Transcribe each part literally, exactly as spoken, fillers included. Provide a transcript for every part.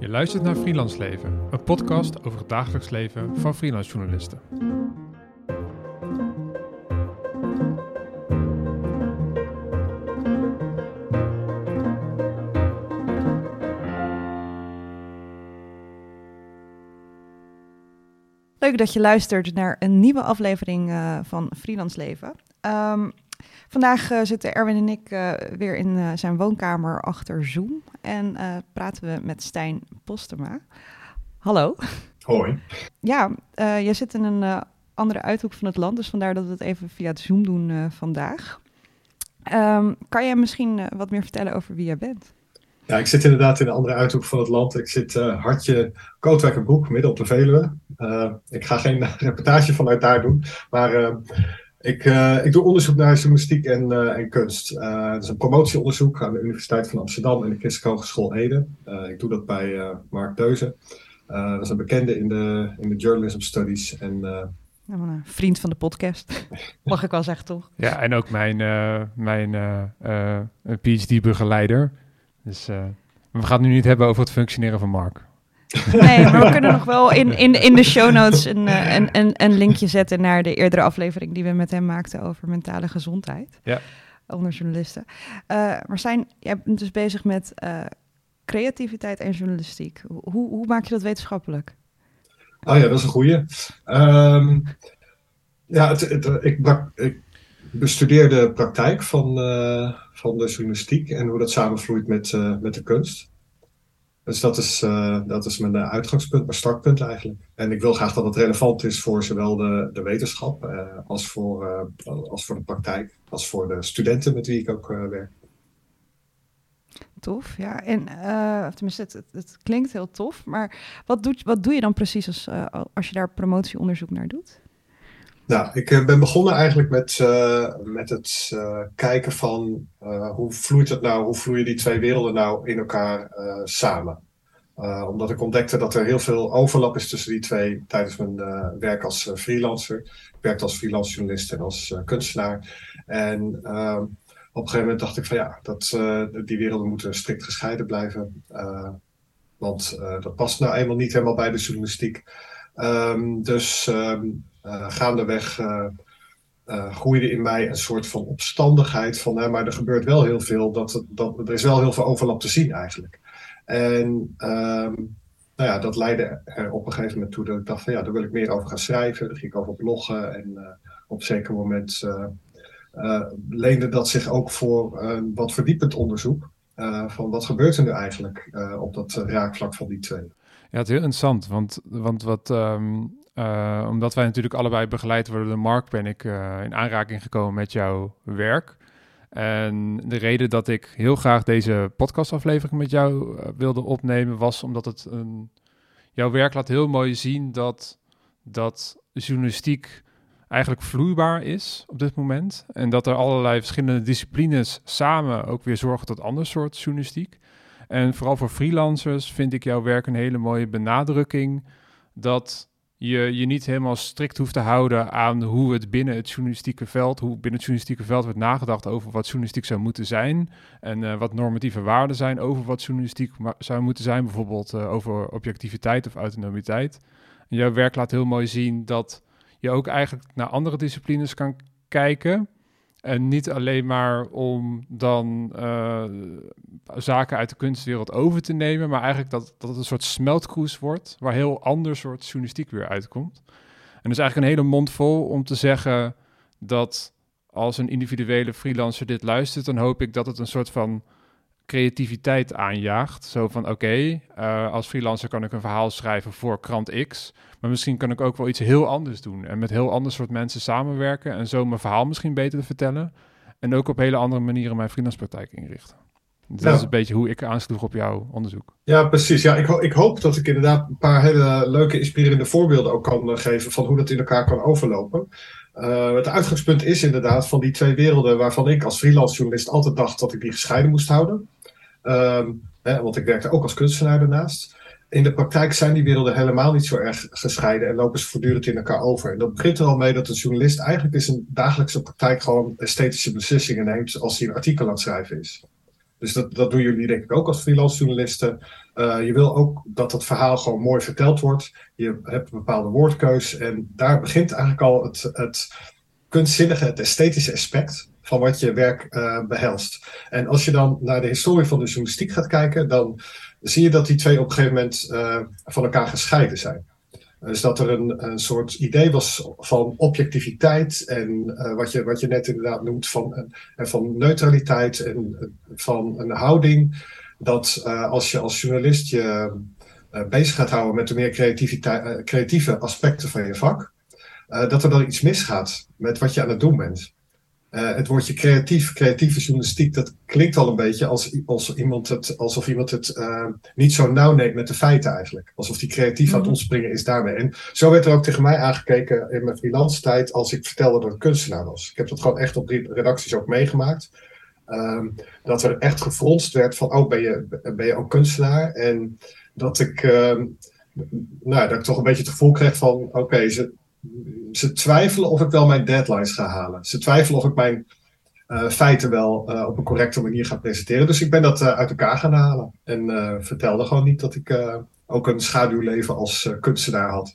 Je luistert naar Freelance Leven, een podcast over het dagelijks leven van freelance journalisten. Leuk dat je luistert naar een nieuwe aflevering uh, van Freelance Leven. Um, vandaag uh, zitten Erwin en ik uh, weer in uh, zijn woonkamer achter Zoom en uh, praten we met Stijn Postema. Hallo. Hoi. Ja, uh, jij zit in een uh, andere uithoek van het land, dus vandaar dat we het even via het Zoom doen uh, vandaag. Um, kan jij misschien uh, wat meer vertellen over wie jij bent? Ja, ik zit inderdaad in een andere uithoek van het land. Ik zit uh, hartje Kootwijk en Broek, midden op de Veluwe. Uh, ik ga geen reportage vanuit daar doen, maar uh, ik, uh, ik doe onderzoek naar journalistiek en, uh, en kunst. Uh, dat is een promotieonderzoek aan de Universiteit van Amsterdam en de Christelijke Hogeschool Ede. Uh, ik doe dat bij uh, Mark Deuze. Uh, dat is een bekende in de, in de journalism studies. En, uh, een vriend van de podcast, mag ik wel zeggen, toch? Ja, en ook mijn, uh, mijn uh, uh, P H D-begeleider. Dus uh, we gaan het nu niet hebben over het functioneren van Mark. Nee, maar we kunnen nog wel in, in, in de show notes een, uh, een, een, een linkje zetten naar de eerdere aflevering die we met hem maakten over mentale gezondheid. Ja. Onder journalisten. Uh, Marstijn, jij bent dus bezig met uh, creativiteit en journalistiek. Hoe, hoe maak je dat wetenschappelijk? Oh ja, dat is een goeie. Um, ja, het, het, ik, ik bestudeer de praktijk van, uh, van de journalistiek en hoe dat samenvloeit met, uh, met de kunst. Dus dat is, uh, dat is mijn uitgangspunt, mijn startpunt eigenlijk. En ik wil graag dat het relevant is voor zowel de, de wetenschap uh, als, voor, uh, als voor de praktijk, als voor de studenten met wie ik ook uh, werk. Tof, ja. En uh, tenminste, het, het, het klinkt heel tof, maar wat, doet, wat doe je dan precies als, uh, als je daar promotieonderzoek naar doet? Nou, ik uh, ben begonnen eigenlijk met, uh, met het uh, kijken van uh, hoe vloeit het nou, hoe vloeien die twee werelden nou in elkaar uh, samen. Uh, omdat ik ontdekte dat er heel veel overlap is tussen die twee tijdens mijn uh, werk als uh, freelancer. Ik werkte als freelance journalist en als uh, kunstenaar. En uh, op een gegeven moment dacht ik van ja, dat, uh, die werelden moeten strikt gescheiden blijven. Uh, want uh, dat past nou eenmaal niet helemaal bij de journalistiek. Um, dus um, uh, gaandeweg uh, uh, groeide in mij een soort van opstandigheid van, hè, maar er gebeurt wel heel veel, dat, dat, er is wel heel veel overlap te zien eigenlijk. En um, nou ja, dat leidde er op een gegeven moment toe dat ik dacht van ja, daar wil ik meer over gaan schrijven. Daar ging ik over bloggen en uh, op een zeker moment uh, uh, leende dat zich ook voor uh, wat verdiepend onderzoek. Uh, van wat gebeurt er nu eigenlijk uh, op dat uh, raakvlak van die twee. Ja, het is heel interessant, want, want wat, um, uh, omdat wij natuurlijk allebei begeleid worden door Mark, ben ik uh, in aanraking gekomen met jouw werk. En de reden dat ik heel graag deze podcastaflevering met jou uh, wilde opnemen was omdat het een, jouw werk laat heel mooi zien dat, dat journalistiek eigenlijk vloeibaar is op dit moment. En dat er allerlei verschillende disciplines samen ook weer zorgen tot ander soort journalistiek. En vooral voor freelancers vind ik jouw werk een hele mooie benadrukking dat je je niet helemaal strikt hoeft te houden aan hoe het binnen het journalistieke veld, hoe binnen het journalistieke veld wordt nagedacht over wat journalistiek zou moeten zijn en uh, wat normatieve waarden zijn over wat journalistiek ma- zou moeten zijn, bijvoorbeeld uh, over objectiviteit of autonomiteit. En jouw werk laat heel mooi zien dat je ook eigenlijk naar andere disciplines kan kijken. En niet alleen maar om dan uh, zaken uit de kunstwereld over te nemen, maar eigenlijk dat, dat het een soort smeltkroes wordt, waar heel ander soort journalistiek weer uitkomt. En dat is eigenlijk een hele mond vol om te zeggen dat als een individuele freelancer dit luistert, dan hoop ik dat het een soort van creativiteit aanjaagt. Zo van, oké, okay, uh, als freelancer kan ik een verhaal schrijven voor krant X, maar misschien kan ik ook wel iets heel anders doen en met heel ander soort mensen samenwerken en zo mijn verhaal misschien beter te vertellen en ook op hele andere manieren mijn freelancepraktijk inrichten. Dat ja. is een beetje hoe ik aansloeg op jouw onderzoek. Ja, precies. Ja, ik, ho- ik hoop dat ik inderdaad een paar hele leuke, inspirerende voorbeelden ook kan uh, geven van hoe dat in elkaar kan overlopen. Uh, het uitgangspunt is inderdaad van die twee werelden waarvan ik als freelance journalist altijd dacht dat ik die gescheiden moest houden. Um, hè, want ik werkte ook als kunstenaar daarnaast. In de praktijk zijn die werelden helemaal niet zo erg gescheiden en lopen ze voortdurend in elkaar over. En dat begint er al mee dat een journalist eigenlijk in zijn dagelijkse praktijk gewoon esthetische beslissingen neemt als hij een artikel aan het schrijven is. Dus dat, dat doen jullie denk ik ook als freelance journalisten. Uh, je wil ook dat het verhaal gewoon mooi verteld wordt. Je hebt een bepaalde woordkeus. En daar begint eigenlijk al het, het kunstzinnige, het esthetische aspect van wat je werk uh, behelst. En als je dan naar de historie van de journalistiek gaat kijken, dan zie je dat die twee op een gegeven moment uh, van elkaar gescheiden zijn. Dus dat er een, een soort idee was van objectiviteit en uh, wat, je, wat je net inderdaad noemt van, uh, van neutraliteit en uh, van een houding. Dat uh, als je als journalist je uh, bezig gaat houden met de meer uh, creatieve aspecten van je vak, uh, dat er dan iets misgaat met wat je aan het doen bent. Uh, het woordje creatief, creatieve journalistiek, dat klinkt al een beetje als, als iemand het, alsof iemand het uh, niet zo nauw neemt met de feiten eigenlijk. Alsof die creatief mm-hmm. aan het ontspringen is daarmee. En zo werd er ook tegen mij aangekeken in mijn freelance tijd als ik vertelde dat ik kunstenaar was. Ik heb dat gewoon echt op drie redacties ook meegemaakt. Um, dat er echt gefronst werd van, oh, ben je, ben je ook kunstenaar? En dat ik, um, nou, dat ik toch een beetje het gevoel kreeg van, oké, okay, ze... Ze twijfelen of ik wel mijn deadlines ga halen. Ze twijfelen of ik mijn uh, feiten wel uh, op een correcte manier ga presenteren. Dus ik ben dat uh, uit elkaar gaan halen. En uh, vertelde gewoon niet dat ik uh, ook een schaduwleven als uh, kunstenaar had.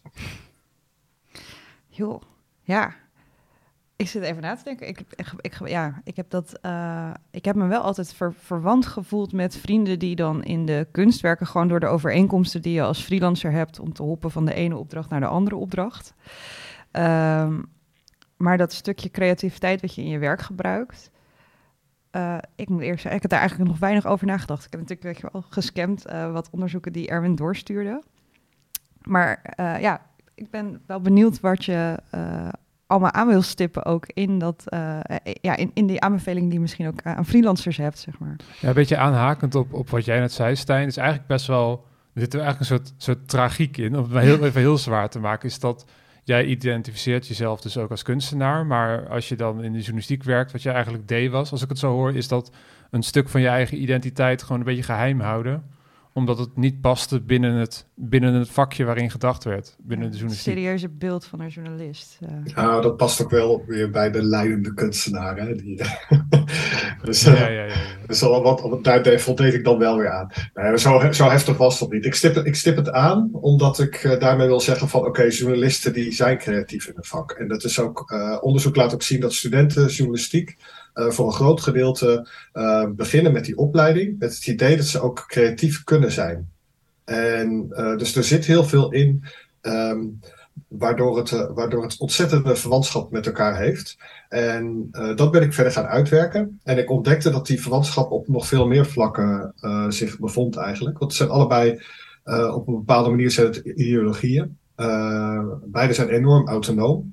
Joh, ja. Ik zit even na te denken. Ik, ik, ik, ja, ik, heb dat, uh, ik heb me wel altijd ver, verwant gevoeld met vrienden die dan in de kunst werken. Gewoon door de overeenkomsten die je als freelancer hebt om te hoppen van de ene opdracht naar de andere opdracht. Um, maar dat stukje creativiteit wat je in je werk gebruikt. Uh, ik moet eerst zeggen, ik heb daar eigenlijk nog weinig over nagedacht. Ik heb natuurlijk weet je wel, gescamd uh, wat onderzoeken die Erwin doorstuurde. Maar uh, ja, ik ben wel benieuwd wat je uh, allemaal aan wil stippen ook in, dat, uh, ja, in, in die aanbeveling die je misschien ook aan freelancers hebt, zeg maar. Ja, een beetje aanhakend op, op wat jij net zei, Stijn. is eigenlijk best wel, er zit er eigenlijk een soort, soort tragiek in, om het maar heel, even heel zwaar te maken, is dat jij identificeert jezelf dus ook als kunstenaar, maar als je dan in de journalistiek werkt, wat je eigenlijk deed was, als ik het zo hoor, is dat een stuk van je eigen identiteit gewoon een beetje geheim houden, omdat het niet paste binnen het, binnen het vakje waarin gedacht werd, binnen de journalistiek. Het serieuze beeld van een journalist. Uh. Nou, dat past ook wel weer bij de leidende kunstenaar. Hè? Die, dus uh, ja, ja, ja, ja. Dus wat, wat, daar voldeed ik dan wel weer aan. Nou, zo, zo heftig was dat niet. Ik stip, ik stip het aan, omdat ik uh, daarmee wil zeggen van, oké, okay, journalisten die zijn creatief in het vak. En dat is ook, uh, onderzoek laat ook zien dat studenten journalistiek Uh, voor een groot gedeelte uh, beginnen met die opleiding, met het idee dat ze ook creatief kunnen zijn. En uh, dus er zit heel veel in, um, waardoor, het, uh, waardoor het ontzettende verwantschap met elkaar heeft. En uh, dat ben ik verder gaan uitwerken. En ik ontdekte dat die verwantschap op nog veel meer vlakken uh, zich bevond eigenlijk. Want het zijn allebei, uh, op een bepaalde manier zijn het ideologieën. Uh, beide zijn enorm autonoom.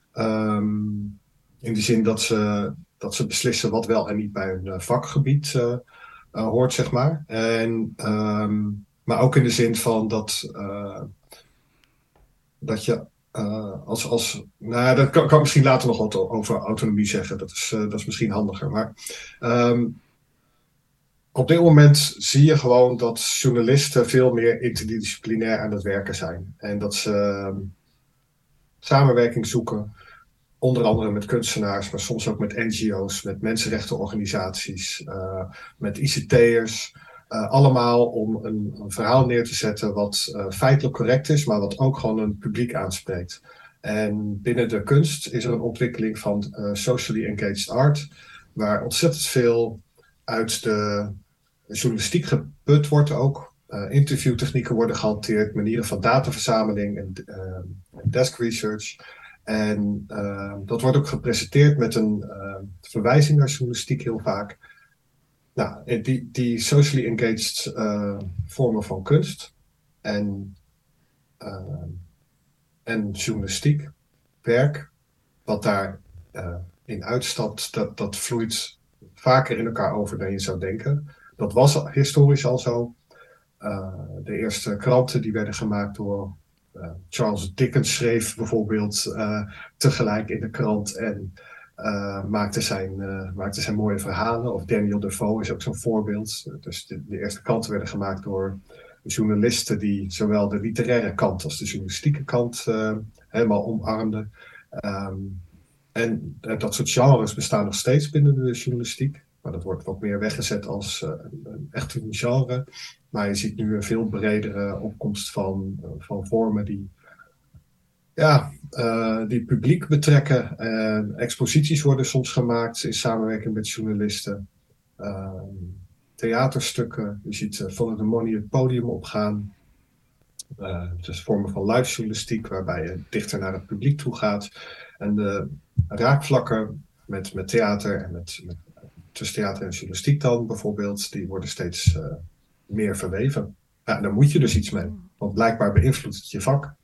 Um, in die zin dat ze... dat ze beslissen wat wel en niet bij hun uh, vakgebied uh, uh, hoort, zeg maar. En, um, maar ook in de zin van dat, uh, dat je uh, als... als nou ja, daar kan, kan ik misschien later nog wat over autonomie zeggen. Dat is, uh, dat is misschien handiger. Maar um, op dit moment zie je gewoon dat journalisten veel meer interdisciplinair aan het werken zijn. En dat ze uh, samenwerking zoeken. Onder andere met kunstenaars, maar soms ook met N G O's, met mensenrechtenorganisaties, uh, met I C T'ers. Uh, allemaal om een, een verhaal neer te zetten wat uh, feitelijk correct is, maar wat ook gewoon een publiek aanspreekt. En binnen de kunst is er een ontwikkeling van uh, socially engaged art, waar ontzettend veel uit de journalistiek geput wordt ook. Uh, interviewtechnieken worden gehanteerd, manieren van dataverzameling en uh, desk research. En uh, dat wordt ook gepresenteerd met een uh, verwijzing naar journalistiek heel vaak. Nou, die, die socially engaged uh, vormen van kunst en, uh, en journalistiek, werk, wat daar uh, in uitstapt, dat, dat vloeit vaker in elkaar over dan je zou denken. Dat was historisch al zo. Uh, de eerste kranten die werden gemaakt door... Uh, Charles Dickens schreef bijvoorbeeld uh, tegelijk in de krant en uh, maakte, zijn, uh, maakte zijn mooie verhalen. Of Daniel Defoe is ook zo'n voorbeeld. Dus de, de eerste kranten werden gemaakt door journalisten die zowel de literaire kant als de journalistieke kant uh, helemaal omarmden. Um, en uh, dat soort genres bestaan nog steeds binnen de journalistiek. Maar dat wordt wat meer weggezet als uh, een, een echt een genre. Maar je ziet nu een veel bredere opkomst van, uh, van vormen die, ja, uh, die publiek betrekken. Uh, exposities worden soms gemaakt in samenwerking met journalisten. Uh, theaterstukken. Je ziet uh, Follow the Money het podium opgaan. Uh, dus vormen van live journalistiek waarbij je dichter naar het publiek toe gaat. En de raakvlakken met, met theater en met, met tussen theater en journalistiek dan bijvoorbeeld, die worden steeds uh, meer verweven. Ja, daar moet je dus iets mee, want blijkbaar beïnvloedt het je vak.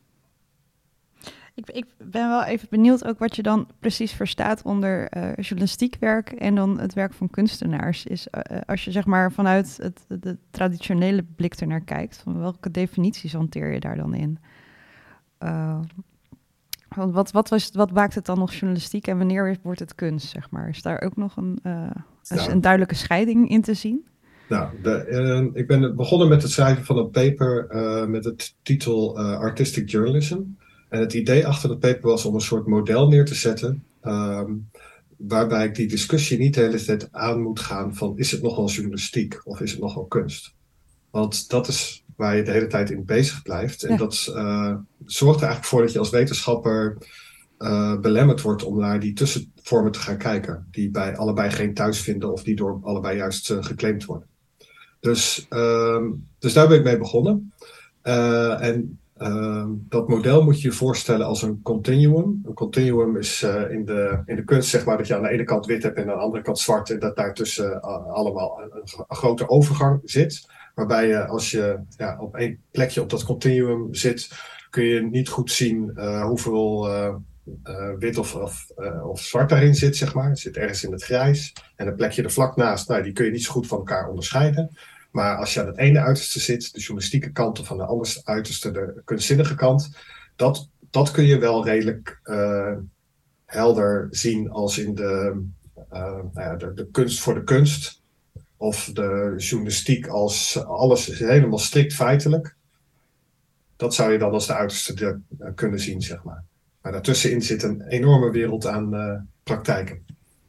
Ik, ik ben wel even benieuwd ook wat je dan precies verstaat onder uh, journalistiek werk en dan het werk van kunstenaars. Is, uh, als je zeg maar vanuit het, de traditionele blik ernaar kijkt, van welke definities hanteer je daar dan in? Uh, want wat, wat, was, wat maakt het dan nog journalistiek en wanneer wordt het kunst, zeg maar? Is daar ook nog een, uh, een, Ja. een duidelijke scheiding in te zien? Nou, de, uh, ik ben begonnen met het schrijven van een paper uh, met de titel uh, Artistic Journalism. En het idee achter dat paper was om een soort model neer te zetten, um, waarbij ik die discussie niet de hele tijd aan moet gaan van is het nog wel journalistiek of is het nog wel kunst? Want dat is waar je de hele tijd in bezig blijft. En ja. dat uh, zorgt er eigenlijk voor dat je als wetenschapper uh, belemmerd wordt om naar die tussenvormen te gaan kijken, die bij allebei geen thuis vinden of die door allebei juist uh, geclaimd worden. Dus, uh, dus daar ben ik mee begonnen. Uh, en uh, dat model moet je je voorstellen als een continuum. Een continuum is uh, in, de, in de kunst zeg maar dat je aan de ene kant wit hebt en aan de andere kant zwart. En dat daartussen uh, allemaal een, een grote overgang zit. Waarbij je als je ja, op één plekje op dat continuum zit, kun je niet goed zien uh, hoeveel uh, uh, wit of, of, uh, of zwart daarin zit, zeg maar. Het zit ergens in het grijs. En een plekje er vlak naast, nou, die kun je niet zo goed van elkaar onderscheiden. Maar als je aan het ene uiterste zit, de journalistieke kant, of aan de andere uiterste, de kunstzinnige kant, dat, dat kun je wel redelijk uh, helder zien als in de, uh, nou ja, de, de kunst voor de kunst. Of de journalistiek als alles is helemaal strikt feitelijk. Dat zou je dan als de uiterste de, uh, kunnen zien, zeg maar. Maar daartussenin zit een enorme wereld aan uh, praktijken.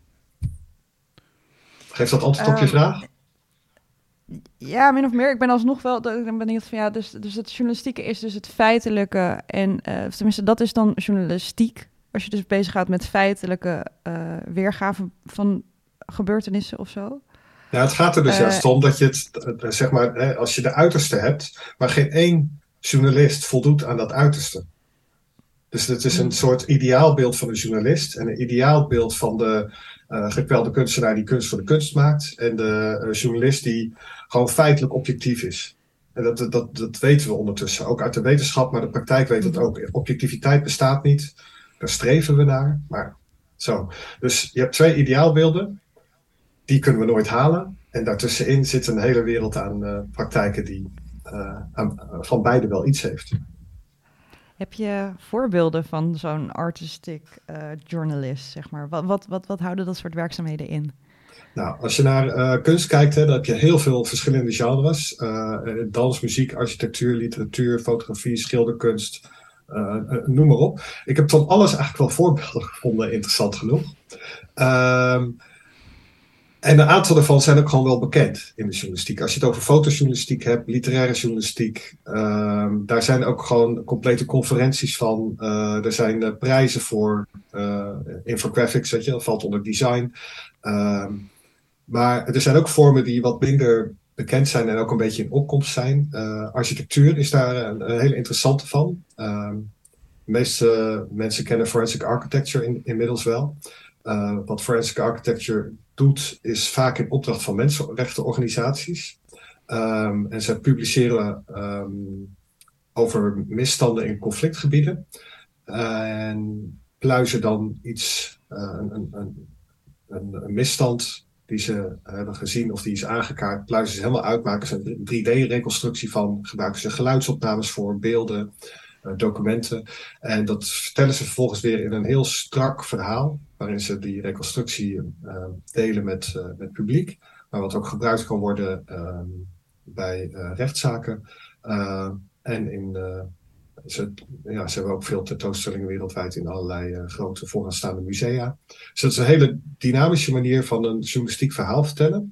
Geeft dat antwoord op je vraag? Ja, min of meer. Ik ben alsnog wel ik ben benieuwd van ja, dus, dus het journalistieke is dus het feitelijke. En uh, tenminste, dat is dan journalistiek. Als je dus bezig gaat met feitelijke uh, weergaven van gebeurtenissen of zo. Ja, het gaat er dus uh, juist om dat je het, uh, zeg maar, hè, als je de uiterste hebt, maar geen één journalist voldoet aan dat uiterste. Dus het is een soort ideaalbeeld van een journalist en een ideaalbeeld van de uh, gekwelde kunstenaar die kunst voor de kunst maakt. En de uh, journalist die gewoon feitelijk objectief is. En dat, dat, dat weten we ondertussen, ook uit de wetenschap, maar de praktijk weet het ook. Objectiviteit bestaat niet, daar streven we naar. Maar zo. Dus je hebt twee ideaalbeelden, die kunnen we nooit halen. En daartussenin zit een hele wereld aan uh, praktijken die uh, aan, uh, van beide wel iets heeft. Heb je voorbeelden van zo'n artistic uh, journalist, zeg maar? Wat, wat, wat, wat houden dat soort werkzaamheden in? Nou, als je naar uh, kunst kijkt, hè, dan heb je heel veel verschillende genres. Uh, dans, muziek, architectuur, literatuur, fotografie, schilderkunst, uh, uh, noem maar op. Ik heb van alles eigenlijk wel voorbeelden gevonden, interessant genoeg. Uh, En een aantal daarvan zijn ook gewoon wel bekend in de journalistiek. Als je het over fotojournalistiek hebt, literaire journalistiek, uh, daar zijn ook gewoon complete conferenties van. Uh, er zijn uh, prijzen voor uh, infographics, weet je, dat valt onder design. Uh, maar er zijn ook vormen die wat minder bekend zijn en ook een beetje in opkomst zijn. Uh, architectuur is daar een, een hele interessante van. Uh, de meeste mensen kennen forensic architecture in, inmiddels wel. Uh, wat forensic architecture doet, is vaak in opdracht van mensenrechtenorganisaties. Um, en ze publiceren um, over misstanden in conflictgebieden. Uh, en pluizen dan iets, uh, een, een, een, een misstand die ze hebben gezien of die is aangekaart, pluizen ze helemaal uit, maken ze een drie D-reconstructie van, gebruiken ze geluidsopnames voor, beelden, uh, documenten. En dat vertellen ze vervolgens weer in een heel strak verhaal, waarin ze die reconstructie uh, delen met, uh, met het publiek, maar wat ook gebruikt kan worden uh, bij uh, rechtszaken uh, en in uh, ze, ja, ze hebben ook veel tentoonstellingen wereldwijd in allerlei uh, grote vooraanstaande musea. Dus dat is een hele dynamische manier van een journalistiek verhaal vertellen.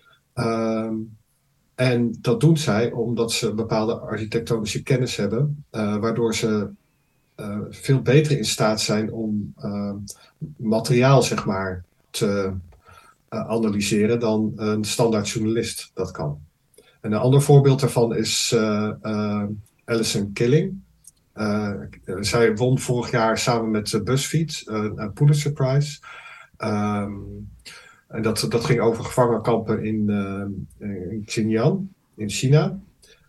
Um, en dat doen zij omdat ze bepaalde architectonische kennis hebben, uh, waardoor ze uh, veel beter in staat zijn om uh, materiaal, zeg maar, te uh, analyseren dan een standaard journalist dat kan. En een ander voorbeeld daarvan is uh, uh, Alison Killing. Uh, zij won vorig jaar samen met BuzzFeed uh, een Pulitzer Prize. Um, en dat, dat ging over gevangenkampen in, uh, in Xinjiang, in China.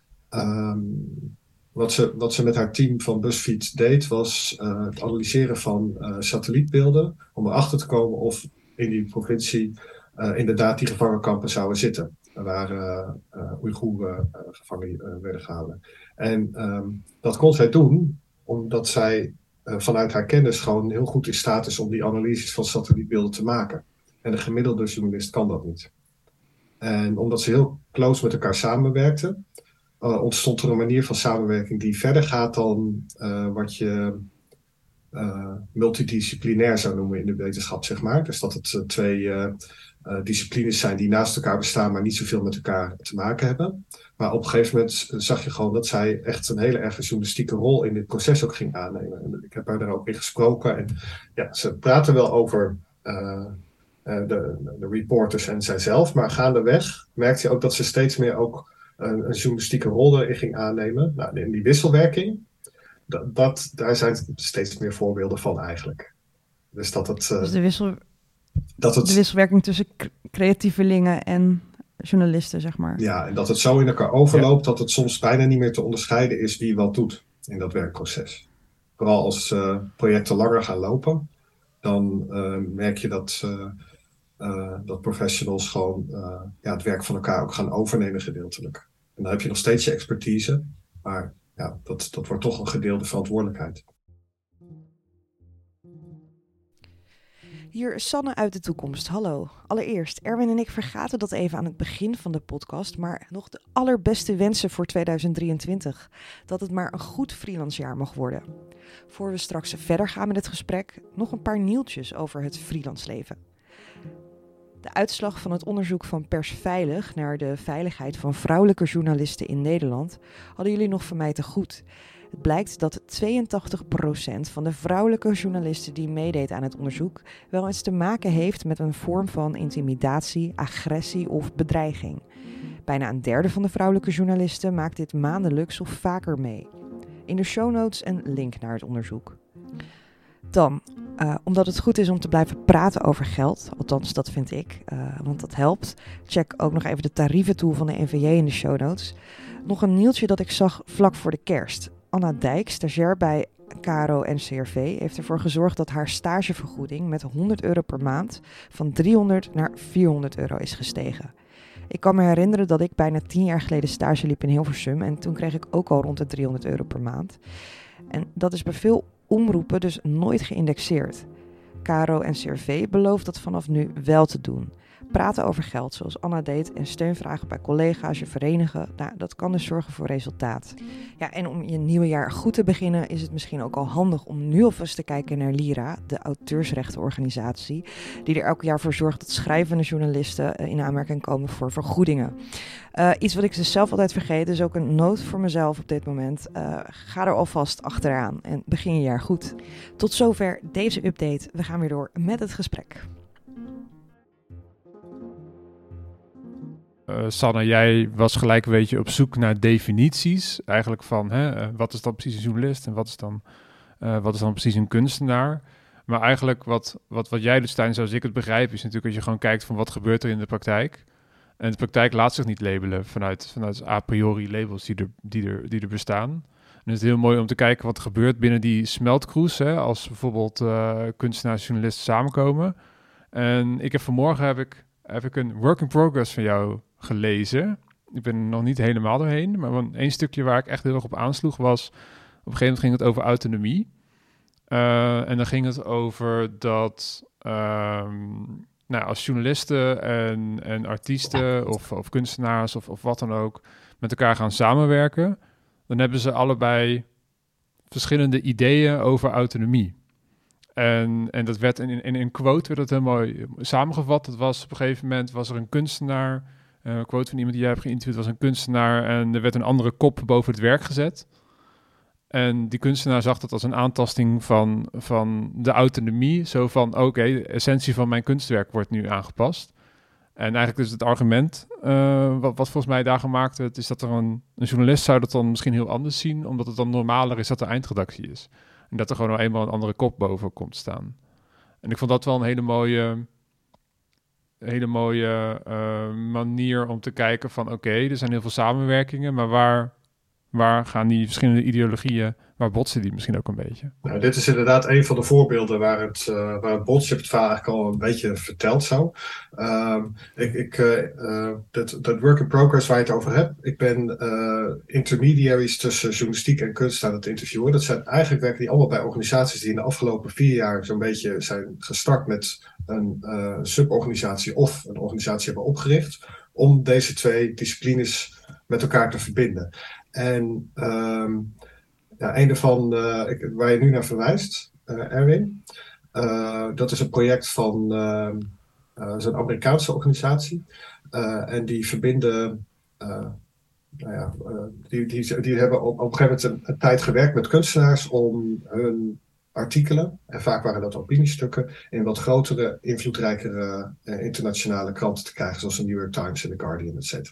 Um, wat, ze, wat ze met haar team van BuzzFeed deed, was uh, het analyseren van uh, satellietbeelden om erachter te komen of in die provincie uh, inderdaad die gevangenkampen zouden zitten. Waar uh, uh, Oeigoeren uh, gevangen uh, werden gehouden. En um, dat kon zij doen omdat zij uh, vanuit haar kennis gewoon heel goed in staat is om die analyses van satellietbeelden te maken. En de gemiddelde journalist kan dat niet. En omdat ze heel close met elkaar samenwerkten, uh, ontstond er een manier van samenwerking die verder gaat dan uh, wat je uh, multidisciplinair zou noemen in de wetenschap, zeg maar. Dus dat het uh, twee uh, uh, disciplines zijn die naast elkaar bestaan, maar niet zoveel met elkaar te maken hebben. Maar op een gegeven moment zag je gewoon dat zij echt een hele erge journalistieke rol in dit proces ook ging aannemen. En ik heb haar daar ook in gesproken. En ja, ze praten wel over uh, uh, de, de reporters en zijzelf, maar gaandeweg merkte je ook dat ze steeds meer ook een, een journalistieke rol erin ging aannemen. Nou, in die wisselwerking, dat, dat, daar zijn steeds meer voorbeelden van eigenlijk. Dus dat het... Uh, dus de, wissel... dat het... de wisselwerking tussen c- creatievelingen en journalisten, zeg maar. Ja, en dat het zo in elkaar overloopt ja. dat het soms bijna niet meer te onderscheiden is wie wat doet in dat werkproces. Vooral als uh, projecten langer gaan lopen, dan uh, merk je dat, uh, uh, dat professionals gewoon uh, ja, het werk van elkaar ook gaan overnemen gedeeltelijk. En dan heb je nog steeds je expertise, maar ja, dat, dat wordt toch een gedeelde verantwoordelijkheid. Hier is Sanne uit de toekomst. Hallo. Allereerst, Erwin en ik vergaten dat even aan het begin van de podcast, maar nog de allerbeste wensen voor tweeduizend drieëntwintig. Dat het maar een goed freelancejaar mag worden. Voor we straks verder gaan met het gesprek, nog een paar nieuwtjes over het freelanceleven. De uitslag van het onderzoek van Pers Veilig naar de veiligheid van vrouwelijke journalisten in Nederland hadden jullie nog van mij te goed. Het blijkt dat tweeëntachtig procent van de vrouwelijke journalisten die meedeed aan het onderzoek wel eens te maken heeft met een vorm van intimidatie, agressie of bedreiging. Bijna een derde van de vrouwelijke journalisten maakt dit maandelijks of vaker mee. In de show notes een link naar het onderzoek. Dan, uh, omdat het goed is om te blijven praten over geld, althans dat vind ik, uh, want dat helpt. Check ook nog even de tarieventool van de N V J in de show notes. Nog een nieuwtje dat ik zag vlak voor de kerst. Anna Dijk, stagiair bij K R O N C R V, heeft ervoor gezorgd dat haar stagevergoeding met honderd euro per maand van driehonderd naar vierhonderd euro is gestegen. Ik kan me herinneren dat ik bijna tien jaar geleden stage liep in Hilversum en toen kreeg ik ook al rond de driehonderd euro per maand. En dat is bij veel omroepen dus nooit geïndexeerd. K R O N C R V belooft dat vanaf nu wel te doen. Praten over geld, zoals Anna deed, en steunvragen bij collega's je verenigen, nou, dat kan dus zorgen voor resultaat. Ja, en om je nieuwe jaar goed te beginnen is het misschien ook al handig om nu alvast te kijken naar Lira, de auteursrechtenorganisatie, die er elk jaar voor zorgt dat schrijvende journalisten in aanmerking komen voor vergoedingen. Uh, iets wat ik dus zelf altijd vergeet, dus ook een noot voor mezelf op dit moment. Uh, ga er alvast achteraan en begin je jaar goed. Tot zover deze update. We gaan weer door met het gesprek. Uh, Sanne, jij was gelijk een beetje op zoek naar definities. Eigenlijk van, hè, uh, wat is dan precies een journalist en wat is dan, uh, wat is dan precies een kunstenaar? Maar eigenlijk wat, wat, wat jij dus, Stijn, zoals ik het begrijp, is natuurlijk dat je gewoon kijkt van wat gebeurt er in de praktijk. En de praktijk laat zich niet labelen vanuit, vanuit a priori labels die er, die, er, die er bestaan. En het is heel mooi om te kijken wat er gebeurt binnen die smeltkroes, hè, als bijvoorbeeld uh, kunstenaars en journalisten samenkomen. En ik heb vanmorgen heb ik, heb ik een work in progress van jou gelezen. Ik ben er nog niet helemaal doorheen, maar een stukje waar ik echt heel erg op aansloeg was, op een gegeven moment ging het over autonomie. Uh, en dan ging het over dat um, nou, als journalisten en, en artiesten of, of kunstenaars of, of wat dan ook met elkaar gaan samenwerken, dan hebben ze allebei verschillende ideeën over autonomie. En, en dat werd in, in, in een quote werd dat heel mooi samengevat. Dat was op een gegeven moment was er een kunstenaar, uh, een quote van iemand die jij hebt geïnterviewd, was een kunstenaar en er werd een andere kop boven het werk gezet. En die kunstenaar zag dat als een aantasting van, van de autonomie. Zo van, oké, okay, de essentie van mijn kunstwerk wordt nu aangepast. En eigenlijk dus het argument, uh, wat, wat volgens mij daar gemaakt werd, is dat er een, een journalist zou dat dan misschien heel anders zien, omdat het dan normaler is dat er eindredactie is. En dat er gewoon nou eenmaal een andere kop boven komt staan. En ik vond dat wel een hele mooie, hele mooie uh, manier om te kijken van, oké, okay, er zijn heel veel samenwerkingen, maar waar... Waar gaan die verschillende ideologieën, waar botsen die misschien ook een beetje? Nou, dit is inderdaad een van de voorbeelden waar het, uh, waar het botst. Je hebt het verhaal eigenlijk al een beetje verteld zo. Um, ik, ik, uh, uh, dat, dat work in progress waar je het over hebt. Ik ben uh, intermediaries tussen journalistiek en kunst aan het interviewen. Dat zijn eigenlijk werken die allemaal bij organisaties die in de afgelopen vier jaar zo'n beetje zijn gestart met een uh, suborganisatie of een organisatie hebben opgericht. Om deze twee disciplines met elkaar te verbinden. En um, ja, een daarvan uh, ik, waar je nu naar verwijst, uh, Erwin, uh, dat is een project van uh, uh, zo'n Amerikaanse organisatie. Uh, en die verbinden, uh, nou ja, uh, die, die, die hebben op, op een gegeven moment een, een tijd gewerkt met kunstenaars om hun artikelen, en vaak waren dat opiniestukken, in wat grotere, invloedrijkere uh, internationale kranten te krijgen, zoals de New York Times en The Guardian, et cetera.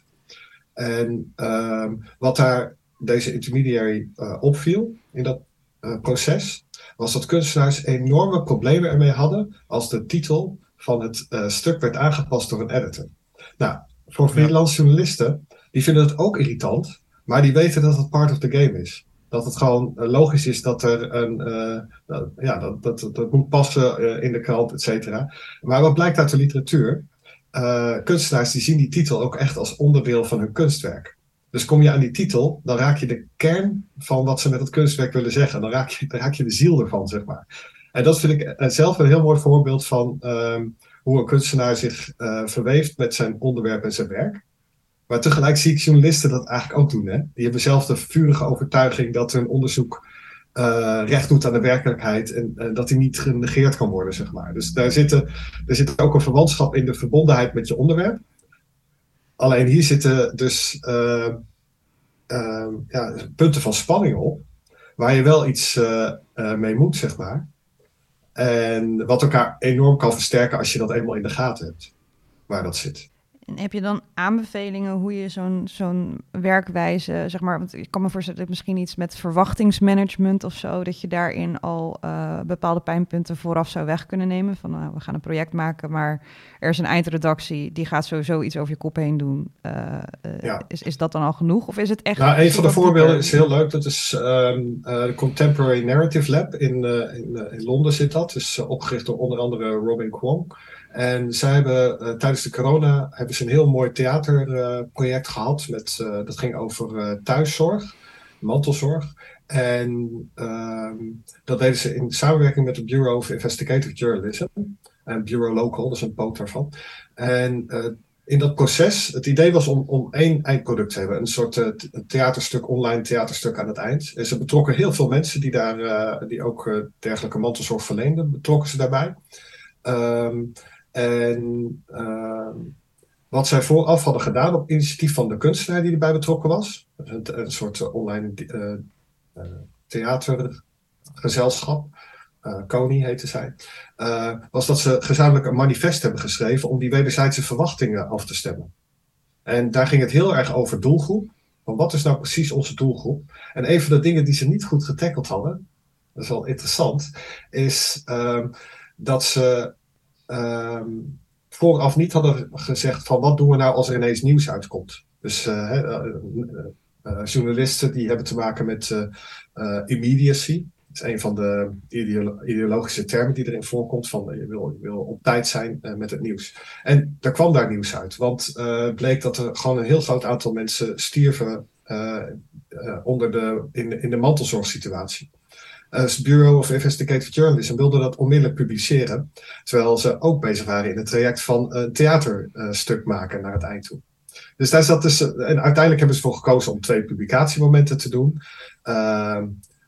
En um, wat daar deze intermediary uh, opviel in dat uh, proces, was dat kunstenaars enorme problemen ermee hadden als de titel van het uh, stuk werd aangepast door een editor. Nou, voor freelance journalisten, die vinden het ook irritant, maar die weten dat het part of the game is. Dat het gewoon uh, logisch is dat er een, uh, uh, ja, dat, dat, dat moet passen uh, in de krant, et cetera. Maar wat blijkt uit de literatuur? Uh, kunstenaars die zien die titel ook echt als onderdeel van hun kunstwerk. Dus kom je aan die titel, dan raak je de kern van wat ze met het kunstwerk willen zeggen. Dan raak je, dan raak je de ziel ervan, zeg maar. En dat vind ik zelf een heel mooi voorbeeld van um, hoe een kunstenaar zich uh, verweeft met zijn onderwerp en zijn werk. Maar tegelijk zie ik journalisten dat eigenlijk ook doen. Hè? Die hebben zelf de vurige overtuiging dat hun onderzoek uh, recht doet aan de werkelijkheid en uh, dat die niet genegeerd kan worden, zeg maar. Dus daar zitten, er zit ook een verwantschap in de verbondenheid met je onderwerp. Alleen hier zitten dus uh, uh, ja, punten van spanning op, waar je wel iets uh, uh, mee moet, zeg maar. En wat elkaar enorm kan versterken als je dat eenmaal in de gaten hebt, waar dat zit. En heb je dan aanbevelingen hoe je zo'n, zo'n werkwijze, zeg maar, want ik kan me voorstellen dat misschien iets met verwachtingsmanagement of zo, dat je daarin al uh, bepaalde pijnpunten vooraf zou weg kunnen nemen. Van uh, we gaan een project maken, maar er is een eindredactie, die gaat sowieso iets over je kop heen doen. Uh, uh, ja. is, is dat dan al genoeg? Of is het echt... Nou, een van de voorbeelden is heel leuk. Dat is um, uh, de Contemporary Narrative Lab in, uh, in, uh, in Londen zit dat. Dus uh, opgericht door onder andere Robin Kwong. En zij hebben uh, tijdens de corona hebben ze een heel mooi theaterproject uh, gehad. Met, uh, dat ging over uh, thuiszorg, mantelzorg. En uh, dat deden ze in samenwerking met het Bureau of Investigative Journalism. En Bureau Local, dat is een poot daarvan. En uh, in dat proces, het idee was om, om één eindproduct te hebben. Een soort uh, theaterstuk, online theaterstuk aan het eind. En ze betrokken heel veel mensen die, daar, uh, die ook uh, dergelijke mantelzorg verleenden. Betrokken ze daarbij. Um, En uh, wat zij vooraf hadden gedaan op initiatief van de kunstenaar die erbij betrokken was, een, een soort uh, online uh, uh, theatergezelschap, uh, Kony heette zij, uh, was dat ze gezamenlijk een manifest hebben geschreven om die wederzijdse verwachtingen af te stemmen. En daar ging het heel erg over doelgroep. Van wat is nou precies onze doelgroep? En een van de dingen die ze niet goed getackeld hadden, dat is wel interessant, is uh, dat ze Um, vooraf niet hadden gezegd van wat doen we nou als er ineens nieuws uitkomt. Dus uh, uh, uh, uh, journalisten die hebben te maken met uh, uh, immediacy. Dat is een van de ideolo- ideologische termen die erin voorkomt van uh, je, wil, je wil op tijd zijn uh, met het nieuws. En daar kwam daar nieuws uit, want uh, bleek dat er gewoon een heel groot aantal mensen stierven uh, uh, onder de, in, de, in de mantelzorgsituatie. Het Bureau of Investigative Journalism wilde dat onmiddellijk publiceren, terwijl ze ook bezig waren in het traject van een theaterstuk uh, maken naar het eind toe. Dus daar zat dus, en uiteindelijk hebben ze voor gekozen om twee publicatiemomenten te doen. Uh,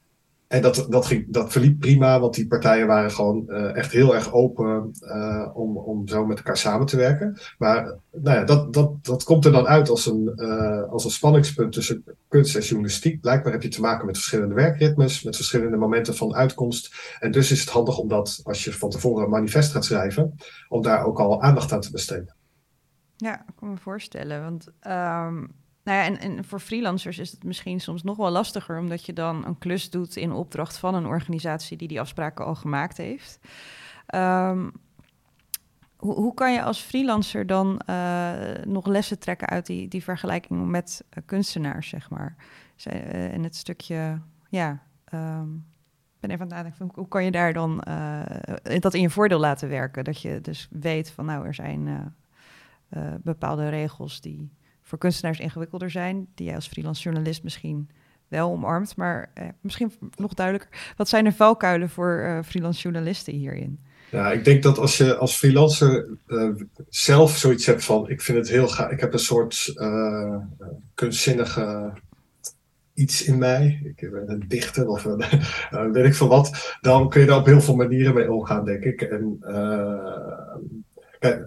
en dat, dat, ging, dat verliep prima, want die partijen waren gewoon uh, echt heel erg open uh, om, om zo met elkaar samen te werken. Maar nou ja, dat, dat, dat komt er dan uit als een, uh, als een spanningspunt tussen kunst en journalistiek. Blijkbaar heb je te maken met verschillende werkritmes, met verschillende momenten van uitkomst. En dus is het handig om dat, als je van tevoren een manifest gaat schrijven, om daar ook al aandacht aan te besteden. Ja, ik kan me voorstellen, want... Um... Nou ja, en, en voor freelancers is het misschien soms nog wel lastiger, omdat je dan een klus doet in opdracht van een organisatie die die afspraken al gemaakt heeft. Um, hoe, hoe kan je als freelancer dan uh, nog lessen trekken uit die, die vergelijking met uh, kunstenaars, zeg maar? Zij, uh, en het stukje, ja, um, ik ben even aan het nadenken, hoe kan je daar dan uh, dat in je voordeel laten werken? Dat je dus weet van, nou, er zijn uh, uh, bepaalde regels die voor kunstenaars ingewikkelder zijn, die jij als freelance journalist misschien wel omarmt, maar eh, misschien nog duidelijker. Wat zijn de valkuilen voor uh, freelance journalisten hierin? Ja, ik denk dat als je als freelancer uh, zelf zoiets hebt van, ik vind het heel gaaf, ik heb een soort uh, kunstzinnige iets in mij, ik ben een dichter of een, uh, weet ik veel wat, dan kun je daar op heel veel manieren mee omgaan, denk ik. En uh, kijk,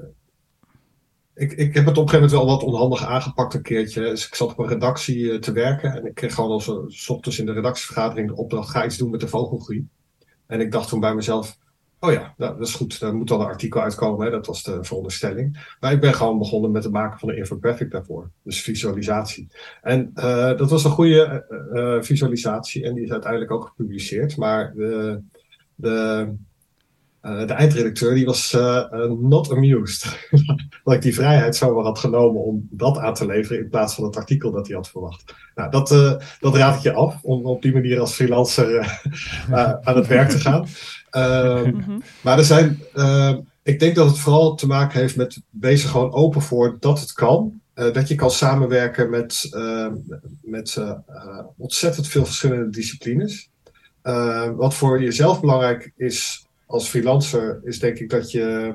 Ik, ik heb het op een gegeven moment wel wat onhandig aangepakt een keertje. Dus ik zat op een redactie uh, te werken en ik kreeg gewoon als een, 's ochtends in de redactievergadering de opdracht, ga iets doen met de vogelgriep. En ik dacht toen bij mezelf, oh ja, nou, dat is goed, er moet dan een artikel uitkomen, hè? Dat was de veronderstelling. Maar ik ben gewoon begonnen met het maken van een infographic daarvoor, dus visualisatie. En uh, dat was een goede uh, uh, visualisatie en die is uiteindelijk ook gepubliceerd. Maar de... de Uh, de eindredacteur die was uh, uh, not amused. Dat ik die vrijheid zomaar had genomen om dat aan te leveren in plaats van het artikel dat hij had verwacht. Nou, dat, uh, dat raad ik je af om op die manier als freelancer uh, uh, aan het werk te gaan. Uh, mm-hmm. Maar er zijn, uh, ik denk dat het vooral te maken heeft met wees er gewoon open voor dat het kan. Uh, dat je kan samenwerken met, uh, met uh, uh, ontzettend veel verschillende disciplines. Uh, wat voor jezelf belangrijk is als freelancer is denk ik dat je,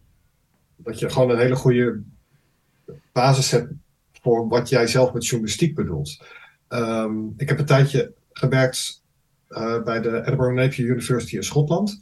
dat je gewoon een hele goede basis hebt voor wat jij zelf met journalistiek bedoelt. Um, ik heb een tijdje gewerkt uh, bij de Edinburgh Napier University in Schotland.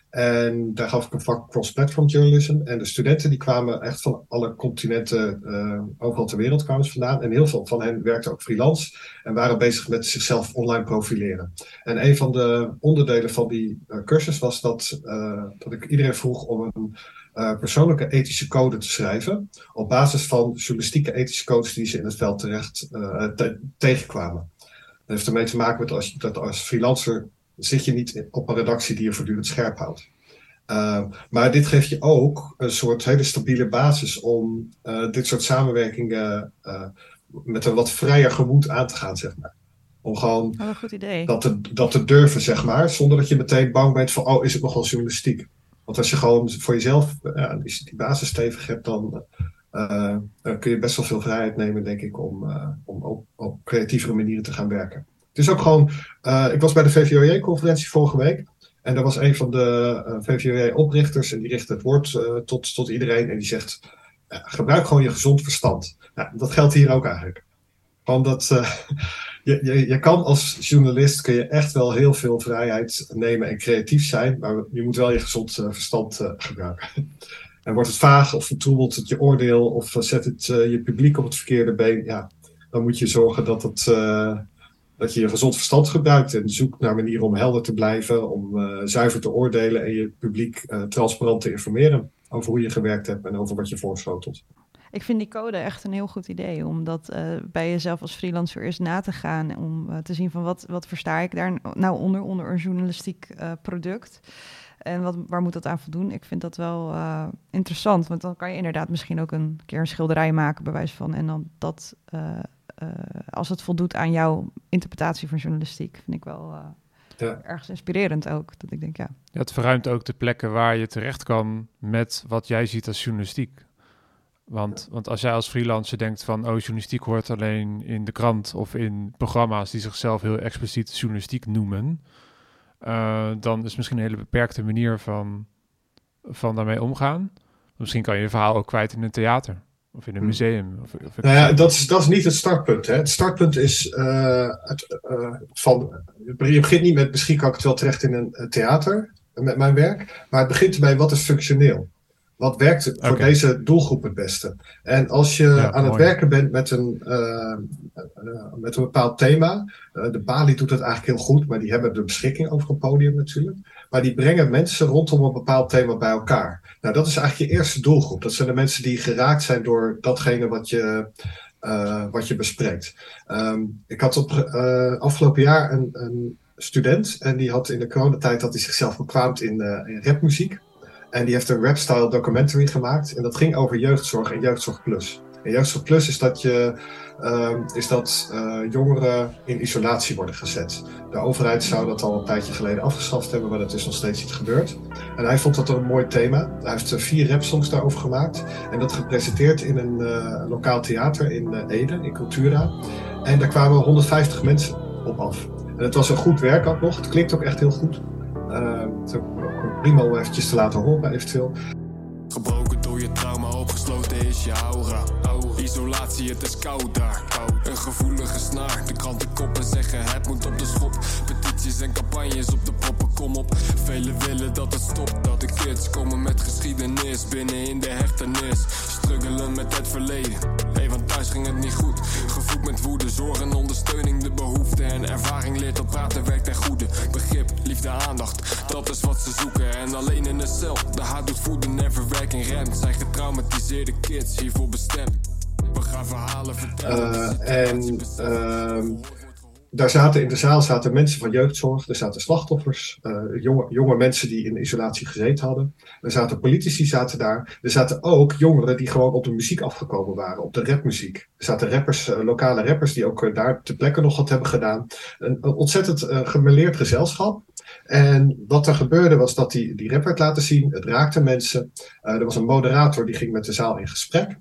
En daar gaf ik een vak cross-platform journalism. En de studenten die kwamen echt van alle continenten, uh, overal ter wereld kwamen ze vandaan. En heel veel van hen werkten ook freelance en waren bezig met zichzelf online profileren. En een van de onderdelen van die uh, cursus was dat, uh, dat ik iedereen vroeg om een uh, persoonlijke ethische code te schrijven. Op basis van journalistieke ethische codes die ze in het veld terecht uh, te- tegenkwamen. Dat heeft ermee te maken met als, dat als freelancer zit je niet op een redactie die je voortdurend scherp houdt. Uh, maar dit geeft je ook een soort hele stabiele basis om uh, dit soort samenwerkingen uh, met een wat vrijer gemoed aan te gaan, zeg maar. Om gewoon oh, een goed idee. Dat, te, dat te durven, zeg maar, zonder dat je meteen bang bent van, oh, is het nog wel journalistiek? Want als je gewoon voor jezelf uh, die, die basis stevig hebt, dan, uh, dan kun je best wel veel vrijheid nemen, denk ik, om, uh, om op, op creatievere manieren te gaan werken. Het is ook gewoon, uh, ik was bij de V V O J-conferentie vorige week. En daar was een van de uh, V V O J-oprichters en die richt het woord uh, tot, tot iedereen. En die zegt, uh, gebruik gewoon je gezond verstand. Nou, dat geldt hier ook eigenlijk. Gewoon dat, uh, je, je, je kan als journalist kun je echt wel heel veel vrijheid nemen en creatief zijn. Maar je moet wel je gezond uh, verstand uh, gebruiken. En wordt het vaag of vertroebelt het je oordeel of uh, zet het uh, je publiek op het verkeerde been. Ja, dan moet je zorgen dat het... Uh, Dat je je gezond verstand gebruikt en zoekt naar manieren om helder te blijven, om uh, zuiver te oordelen en je publiek uh, transparant te informeren over hoe je gewerkt hebt en over wat je voorschotelt. Ik vind die code echt een heel goed idee, om dat uh, bij jezelf als freelancer eerst na te gaan, om uh, te zien van wat, wat versta ik daar nou onder, onder een journalistiek uh, product. En wat, waar moet dat aan voldoen? Ik vind dat wel uh, interessant, want dan kan je inderdaad misschien ook een keer een schilderij maken, bij wijze van, en dan dat... Uh, Uh, als het voldoet aan jouw interpretatie van journalistiek, vind ik wel uh, ja. ergens inspirerend ook. Dat ik denk, ja. ja. Het verruimt ook de plekken waar je terecht kan met wat jij ziet als journalistiek. Want, want als jij als freelancer denkt van, oh, journalistiek hoort alleen in de krant of in programma's die zichzelf heel expliciet journalistiek noemen, uh, dan is het misschien een hele beperkte manier van, van daarmee omgaan. Misschien kan je je verhaal ook kwijt in een theater. Of in een museum. Of, of nou ja, dat is, dat is niet het startpunt. Hè. Het startpunt is uh, het, uh, van... Je begint niet met, misschien kan ik het wel terecht in een theater, met mijn werk. Maar het begint erbij, wat is functioneel? Wat werkt voor okay. deze doelgroep het beste? En als je ja, aan mooi. het werken bent met een, uh, uh, met een bepaald thema... Uh, de Bali doet het eigenlijk heel goed, maar die hebben de beschikking over een podium natuurlijk. Maar die brengen mensen rondom een bepaald thema bij elkaar. Nou, dat is eigenlijk je eerste doelgroep. Dat zijn de mensen die geraakt zijn door datgene wat je, uh, wat je bespreekt. Um, ik had op uh, afgelopen jaar een, een student... en die had in de coronatijd had hij zichzelf bekwaamd in, uh, in rapmuziek. En die heeft een rap-style documentary gemaakt. En dat ging over jeugdzorg en jeugdzorg plus. En jeugdzorg plus is dat, je, uh, is dat uh, jongeren in isolatie worden gezet. De overheid zou dat al een tijdje geleden afgeschaft hebben, maar dat is nog steeds niet gebeurd. En hij vond dat een mooi thema. Hij heeft uh, vier rapsongs daarover gemaakt. En dat gepresenteerd in een uh, lokaal theater in uh, Ede, in Cultura. En daar kwamen honderdvijftig mensen op af. En het was een goed werk ook nog. Het klinkt ook echt heel goed. Uh, het is ook prima om eventjes te laten horen, eventueel. Gebroken door je trauma, opgesloten is je aura. aura. Isolatie, het is koud daar. Koud. Een gevoelige snaar. De krantenkoppen zeggen het moet op de schop. Petities en campagnes op de proppen, kom op. Velen willen dat het stopt. Dat de kids komen met geschiedenis binnen in de hechtenis. Struggelen met het verleden. Hey, want thuis ging het niet goed. Gevoed met woede, zorg en ondersteuning de behoefte. En ervaring leert dat praten werkt ten goede. Begrip, liefde, aandacht, dat is wat ze zoeken. En alleen in de cel, de haat doet voeden, never werking remt. Zijn getraumatiseerde kids hiervoor bestemd. We gaan verhalen vertellen. Uh, en uh, daar zaten in de zaal zaten mensen van jeugdzorg, er zaten slachtoffers, uh, jonge, jonge mensen die in isolatie gezeten hadden. Er zaten politici zaten daar. Er zaten ook jongeren die gewoon op de muziek afgekomen waren, op de rapmuziek. Er zaten rappers, uh, lokale rappers die ook uh, daar ter plekke nog wat hebben gedaan. Een, een ontzettend uh, gemêleerd gezelschap. En wat er gebeurde was dat die, die rap werd laten zien. Het raakte mensen. Uh, er was een moderator die ging met de zaal in gesprek.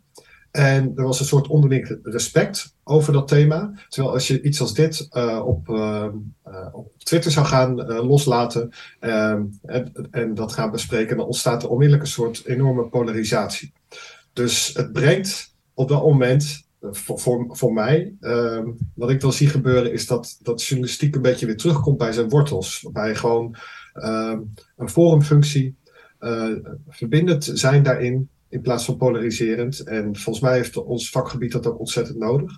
En er was een soort onderling respect over dat thema. Terwijl als je iets als dit uh, op, uh, uh, op Twitter zou gaan uh, loslaten uh, en, en dat gaan bespreken, dan ontstaat er onmiddellijk een soort enorme polarisatie. Dus het brengt op dat moment, uh, voor, voor, voor mij, uh, wat ik dan zie gebeuren is dat, dat journalistiek een beetje weer terugkomt bij zijn wortels. Waarbij gewoon uh, een forumfunctie, uh, verbindend zijn daarin, in plaats van polariserend. En volgens mij heeft ons vakgebied dat ook ontzettend nodig.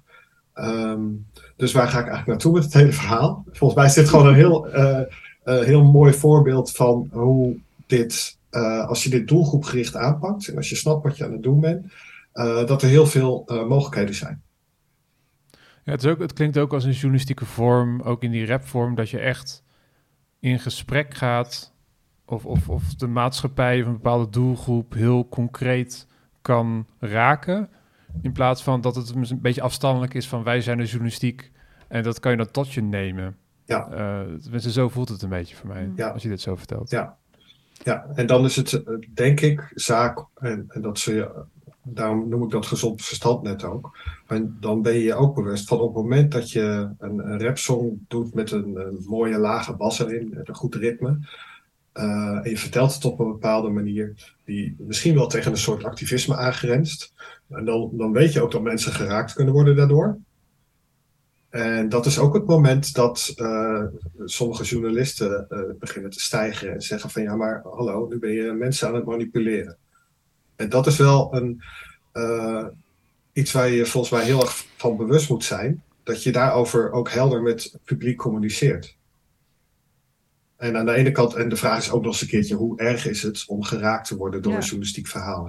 Um, dus waar ga ik eigenlijk naartoe met het hele verhaal? Volgens mij is dit gewoon een heel, uh, uh, heel mooi voorbeeld van hoe dit, uh, als je dit doelgroepgericht aanpakt, en als je snapt wat je aan het doen bent, uh, dat er heel veel uh, mogelijkheden zijn. Ja, het, is ook, het klinkt ook als een journalistieke vorm, ook in die rapvorm, dat je echt in gesprek gaat. Of, of, of de maatschappij of een bepaalde doelgroep heel concreet kan raken. In plaats van dat het een beetje afstandelijk is van wij zijn de journalistiek. En dat kan je dan tot je nemen. Ja. Uh, tenminste, zo voelt het een beetje voor mij. Ja. Als je dit zo vertelt. Ja, ja. En dan is het denk ik zaak. En, en dat zul je, daarom noem ik dat gezond verstand net ook. En dan ben je je ook bewust van op het moment dat je een, een rapsong doet met een, een mooie lage bas erin. Met een goed ritme. Uh, en je vertelt het op een bepaalde manier die misschien wel tegen een soort activisme aangrenst. En dan, dan weet je ook dat mensen geraakt kunnen worden daardoor. En dat is ook het moment dat uh, sommige journalisten uh, beginnen te stijgen en zeggen van ja, maar hallo, nu ben je mensen aan het manipuleren. En dat is wel een, uh, iets waar je volgens mij heel erg van bewust moet zijn. Dat je daarover ook helder met het publiek communiceert. En aan de ene kant, en de vraag is ook nog eens een keertje, hoe erg is het om geraakt te worden door ja. een journalistiek verhaal? Hè?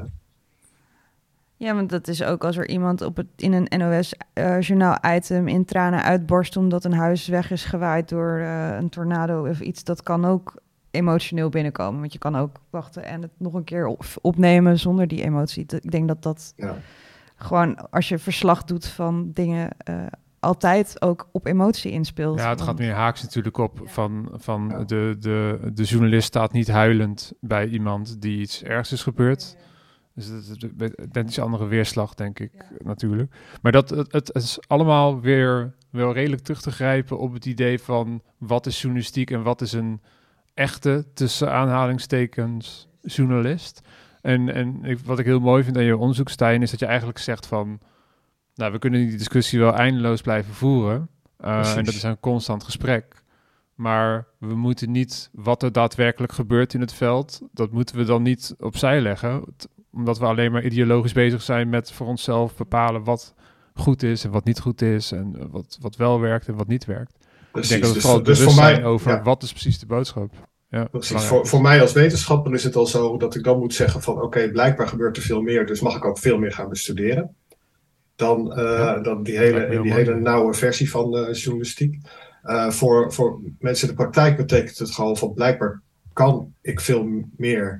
Ja, want dat is ook als er iemand op het, in een N O S-journaal-item uh, in tranen uitborst omdat een huis weg is gewaaid door uh, een tornado of iets. Dat kan ook emotioneel binnenkomen, want je kan ook wachten en het nog een keer op, opnemen zonder die emotie. Ik denk dat dat ja. gewoon, als je verslag doet van dingen, uh, altijd ook op emotie inspeelt. Ja, het gaat meer haaks natuurlijk op van, van ja. de, de, de journalist staat niet huilend bij iemand die iets ergs is gebeurd. Dus het is een iets andere weerslag, denk ik, ja. natuurlijk. Maar dat, het, het is allemaal weer wel redelijk terug te grijpen op het idee van wat is journalistiek en wat is een echte, tussen aanhalingstekens, journalist. En, en ik, wat ik heel mooi vind aan je onderzoek, Stijn, is dat je eigenlijk zegt van, nou, we kunnen die discussie wel eindeloos blijven voeren. Uh, en dat is een constant gesprek. Maar we moeten niet wat er daadwerkelijk gebeurt in het veld, dat moeten we dan niet opzij leggen. T- omdat we alleen maar ideologisch bezig zijn met voor onszelf bepalen wat goed is en wat niet goed is. En wat, wat wel werkt en wat niet werkt. Precies, ik denk dat we dus, vooral dus bewust voor mij, zijn over ja. wat is precies de boodschap. Ja, Precies. Voor, voor mij als wetenschapper is het al zo dat ik dan moet zeggen van oké, okay, blijkbaar gebeurt er veel meer, dus mag ik ook veel meer gaan bestuderen. Dan, uh, ja, dan die hele, in die hele nauwe versie van uh, journalistiek. Uh, voor, voor mensen in de praktijk betekent het gewoon van blijkbaar kan ik veel meer.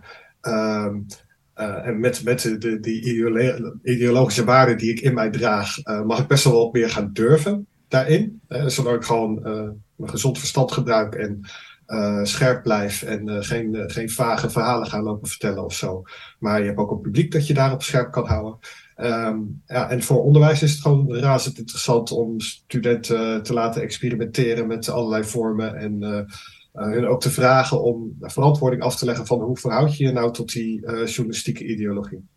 Um, uh, en met, met de, de, die ideolo- ideologische waarden die ik in mij draag, uh, mag ik best wel wat meer gaan durven daarin. Uh, zodat ik gewoon uh, mijn gezond verstand gebruik en uh, scherp blijf en uh, geen, uh, geen vage verhalen gaan lopen vertellen of zo. Maar je hebt ook een publiek dat je daarop scherp kan houden. Um, ja, en voor onderwijs is het gewoon razend interessant om studenten te laten experimenteren met allerlei vormen en uh, uh, hun ook te vragen om verantwoording af te leggen van hoe verhoud je je nou tot die uh, journalistieke ideologie.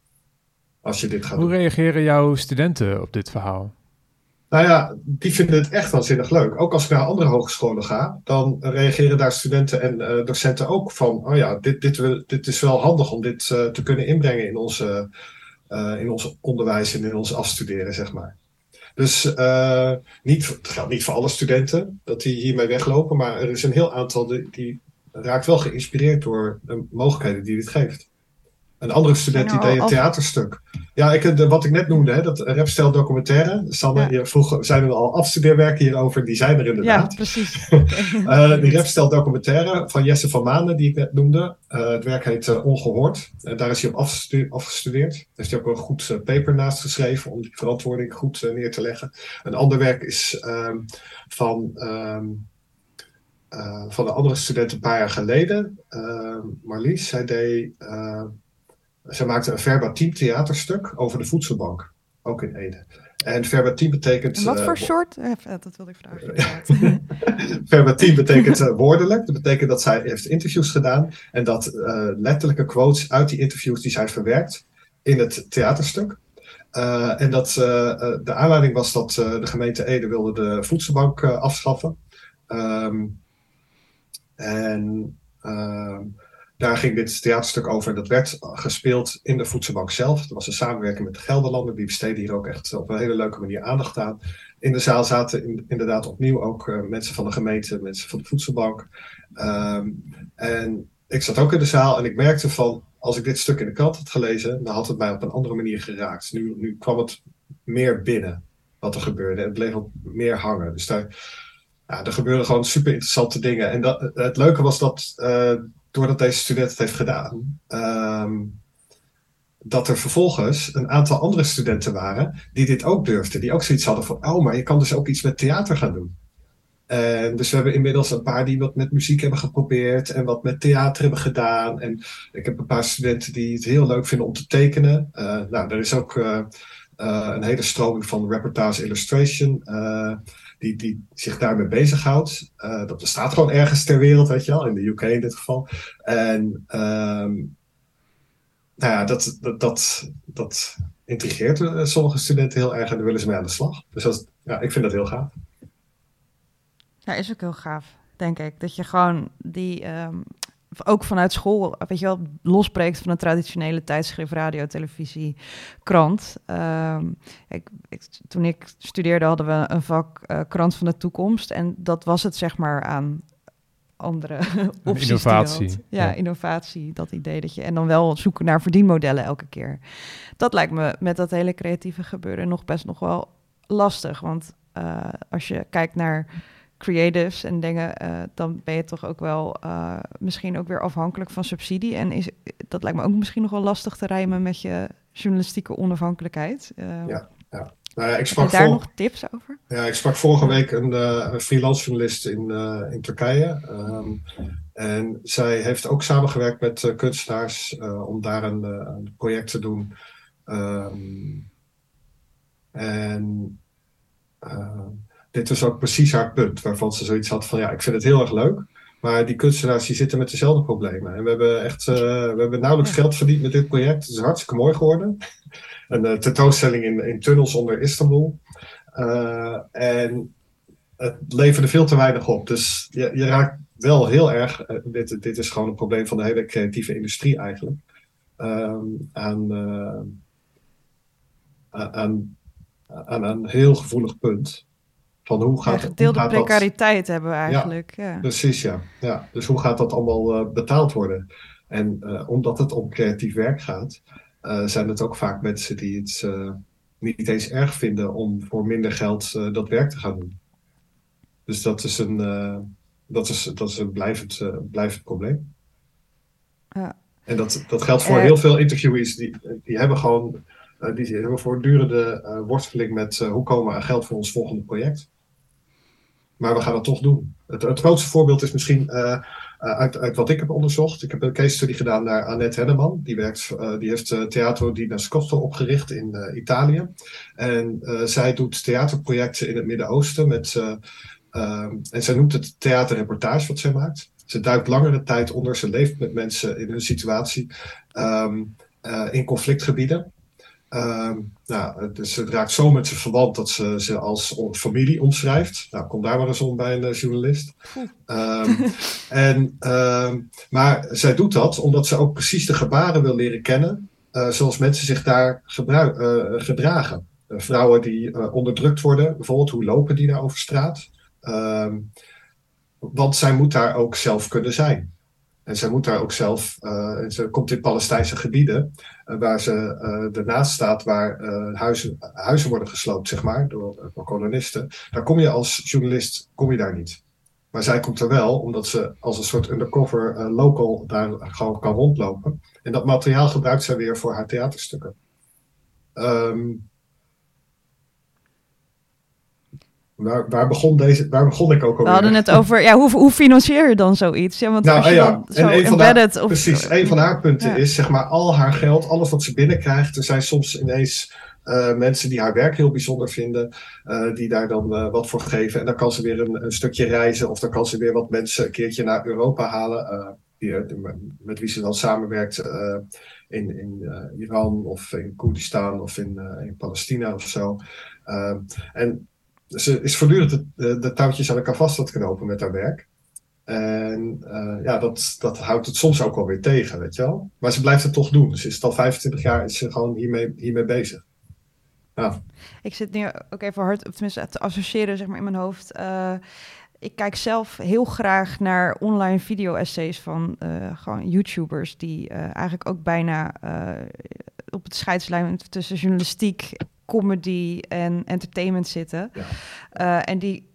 Als je dit gaat Hoe doen. reageren jouw studenten op dit verhaal? Nou ja, die vinden het echt waanzinnig leuk. Ook als ik naar andere hogescholen ga, dan reageren daar studenten en uh, docenten ook van, oh ja, dit, dit, dit is wel handig om dit uh, te kunnen inbrengen in onze... Uh, in ons onderwijs en in ons afstuderen, zeg maar. Dus uh, niet, het geldt niet voor alle studenten dat die hiermee weglopen, maar er is een heel aantal die, die raakt wel geïnspireerd door de mogelijkheden die dit geeft. Een andere student die deed een theaterstuk. Ja, ik, de, wat ik net noemde, hè, dat rapstijl documentaire. Sanne, ja. je vroeg, zijn er al afstudeerwerken hierover? Die zijn er inderdaad. Ja, precies. uh, die rapstijl documentaire van Jesse van Manen, die ik net noemde. Uh, het werk heet uh, Ongehoord. Uh, daar is hij op afgestu- afgestudeerd. Daar heeft hij ook een goed uh, paper naast geschreven om die verantwoording goed uh, neer te leggen. Een ander werk is um, van... Um, Uh, van een andere student een paar jaar geleden. Uh, Marlies, zij deed... Uh, zij maakte een verbatim theaterstuk over de voedselbank. Ook in Ede. En verbatim betekent... En wat voor uh, soort? Uh, dat wilde ik vragen. Verbatim betekent uh, woordelijk. Dat betekent dat zij heeft interviews gedaan. En dat uh, letterlijke quotes uit die interviews die zij verwerkt in het theaterstuk. Uh, en dat uh, uh, de aanleiding was dat uh, de gemeente Ede wilde de voedselbank uh, afschaffen. Um, En uh, daar ging dit theaterstuk over. Dat werd gespeeld in de voedselbank zelf. Er was een samenwerking met de Gelderlander. Die besteden hier ook echt op een hele leuke manier aandacht aan. In de zaal zaten in, inderdaad opnieuw ook uh, mensen van de gemeente, mensen van de voedselbank. Um, en ik zat ook in de zaal en ik merkte van, als ik dit stuk in de krant had gelezen, dan had het mij op een andere manier geraakt. Nu, nu kwam het meer binnen wat er gebeurde. En het bleef ook meer hangen. Dus daar... Ja, er gebeurden gewoon super interessante dingen. En dat, het leuke was dat, uh, doordat deze student het heeft gedaan, um, dat er vervolgens een aantal andere studenten waren die dit ook durfden. Die ook zoiets hadden van, oh, maar je kan dus ook iets met theater gaan doen. En dus we hebben inmiddels een paar die wat met muziek hebben geprobeerd en wat met theater hebben gedaan. En ik heb een paar studenten die het heel leuk vinden om te tekenen. Uh, nou, er is ook uh, uh, een hele stroming van reportage illustration. Uh, Die, die zich daarmee bezighoudt. Uh, dat bestaat gewoon ergens ter wereld, weet je wel, in de U K in dit geval. En um, nou ja, dat, dat, dat, dat intrigeert uh, sommige studenten heel erg en daar willen ze mee aan de slag. Dus dat, ja, ik vind dat heel gaaf. Ja, is ook heel gaaf, denk ik. Dat je gewoon die, um, ook vanuit school, weet je wel, losbreekt van een traditionele tijdschrift, radio, televisie, krant. Um, ik, ik, toen ik studeerde hadden we een vak uh, krant van de toekomst. En dat was het, zeg maar, aan andere opties. Innovatie. Ja, ja, innovatie, dat idee dat je... En dan wel zoeken naar verdienmodellen elke keer. Dat lijkt me met dat hele creatieve gebeuren nog best nog wel lastig. Want uh, als je kijkt naar creatives en dingen, uh, dan ben je toch ook wel uh, misschien ook weer afhankelijk van subsidie. En is, dat lijkt me ook misschien nog wel lastig te rijmen met je journalistieke onafhankelijkheid. Uh, ja, ja. Nou ja, ik heb sprak je daar vor... nog tips over? Ja, ik sprak vorige week een, uh, een freelance journalist in, uh, in Turkije. Um, en zij heeft ook samengewerkt met uh, kunstenaars uh, om daar een, uh, een project te doen. Um, en uh, dit is ook precies haar punt, waarvan ze zoiets had van, ja, ik vind het heel erg leuk Maar die kunstenaars die zitten met dezelfde problemen. En we hebben echt uh, we hebben nauwelijks geld verdiend met dit project. Het is hartstikke mooi geworden. Een uh, tentoonstelling in, in tunnels onder Istanbul. Uh, en het leverde veel te weinig op. Dus je, je raakt wel heel erg... Uh, dit, dit is gewoon een probleem van de hele creatieve industrie eigenlijk. Um, aan, uh, aan, aan een heel gevoelig punt. Van hoe gaat, ja, gedeelde hoe gaat precariteit dat... hebben we eigenlijk. Ja, ja. Precies, ja. ja. Dus hoe gaat dat allemaal uh, betaald worden? En uh, omdat het om creatief werk gaat, uh, zijn het ook vaak mensen die het uh, niet eens erg vinden om voor minder geld uh, dat werk te gaan doen. Dus dat is een, uh, dat is, dat is een blijvend, uh, blijvend probleem. Ja. En dat, dat geldt voor uh, heel veel interviewees. Die, die hebben gewoon uh, die hebben voortdurende uh, worsteling met uh, hoe komen we aan geld voor ons volgende project. Maar we gaan het toch doen. Het, het grootste voorbeeld is misschien uh, uit, uit wat ik heb onderzocht. Ik heb een case study gedaan naar Annette Henneman. Die, werkt, uh, die heeft uh, Teatro di Nascosto opgericht in uh, Italië. En uh, zij doet theaterprojecten in het Midden-Oosten. Met, uh, uh, en zij noemt het theaterreportage wat zij maakt. Ze duikt langere tijd onder. Ze leeft met mensen in hun situatie. Um, uh, in conflictgebieden. Um, nou, dus het raakt zo met ze verwant dat ze ze als familie omschrijft. Nou, kom daar maar eens om bij een uh, journalist. Um, en, um, maar zij doet dat omdat ze ook precies de gebaren wil leren kennen. Uh, zoals mensen zich daar gebruik, uh, gedragen. Uh, vrouwen die uh, onderdrukt worden, bijvoorbeeld, hoe lopen die daar over straat? Um, want zij moet daar ook zelf kunnen zijn. En zij moet daar ook zelf, uh, en ze komt in Palestijnse gebieden, uh, waar ze uh, ernaast staat, waar uh, huizen, huizen worden gesloopt, zeg maar, door, door kolonisten. Daar kom je als journalist, kom je daar niet. Maar zij komt er wel, omdat ze als een soort undercover uh, local daar gewoon kan rondlopen. En dat materiaal gebruikt zij weer voor haar theaterstukken. Um, Waar, waar, begon deze, waar begon ik ook alweer? We hadden het over, ja, hoe, hoe financier je dan zoiets? Ja, want nou, als je ja, dan en zo een van embedded... haar, of, precies, een van haar punten ja. is, zeg maar, al haar geld, alles wat ze binnenkrijgt. Er zijn soms ineens uh, mensen die haar werk heel bijzonder vinden, uh, die daar dan uh, wat voor geven. En dan kan ze weer een, een stukje reizen, of dan kan ze weer wat mensen een keertje naar Europa halen, uh, die, met wie ze dan samenwerkt uh, in, in uh, Iran, of in Koerdistan, of in, uh, in Palestina of zo. Uh, en ze is voortdurend de, de, de touwtjes aan elkaar vast aan het knopen met haar werk. En uh, ja, dat, dat houdt het soms ook wel weer tegen, weet je wel. Maar ze blijft het toch doen. Ze is het al vijfentwintig jaar is ze gewoon hiermee, hiermee bezig. Ja. Ik zit nu ook even hard, of tenminste te associëren, zeg maar, in mijn hoofd. Uh, ik kijk zelf heel graag naar online video-essays van uh, gewoon YouTubers die uh, eigenlijk ook bijna uh, op het scheidslijn tussen journalistiek, comedy en entertainment zitten. Ja. Uh, en die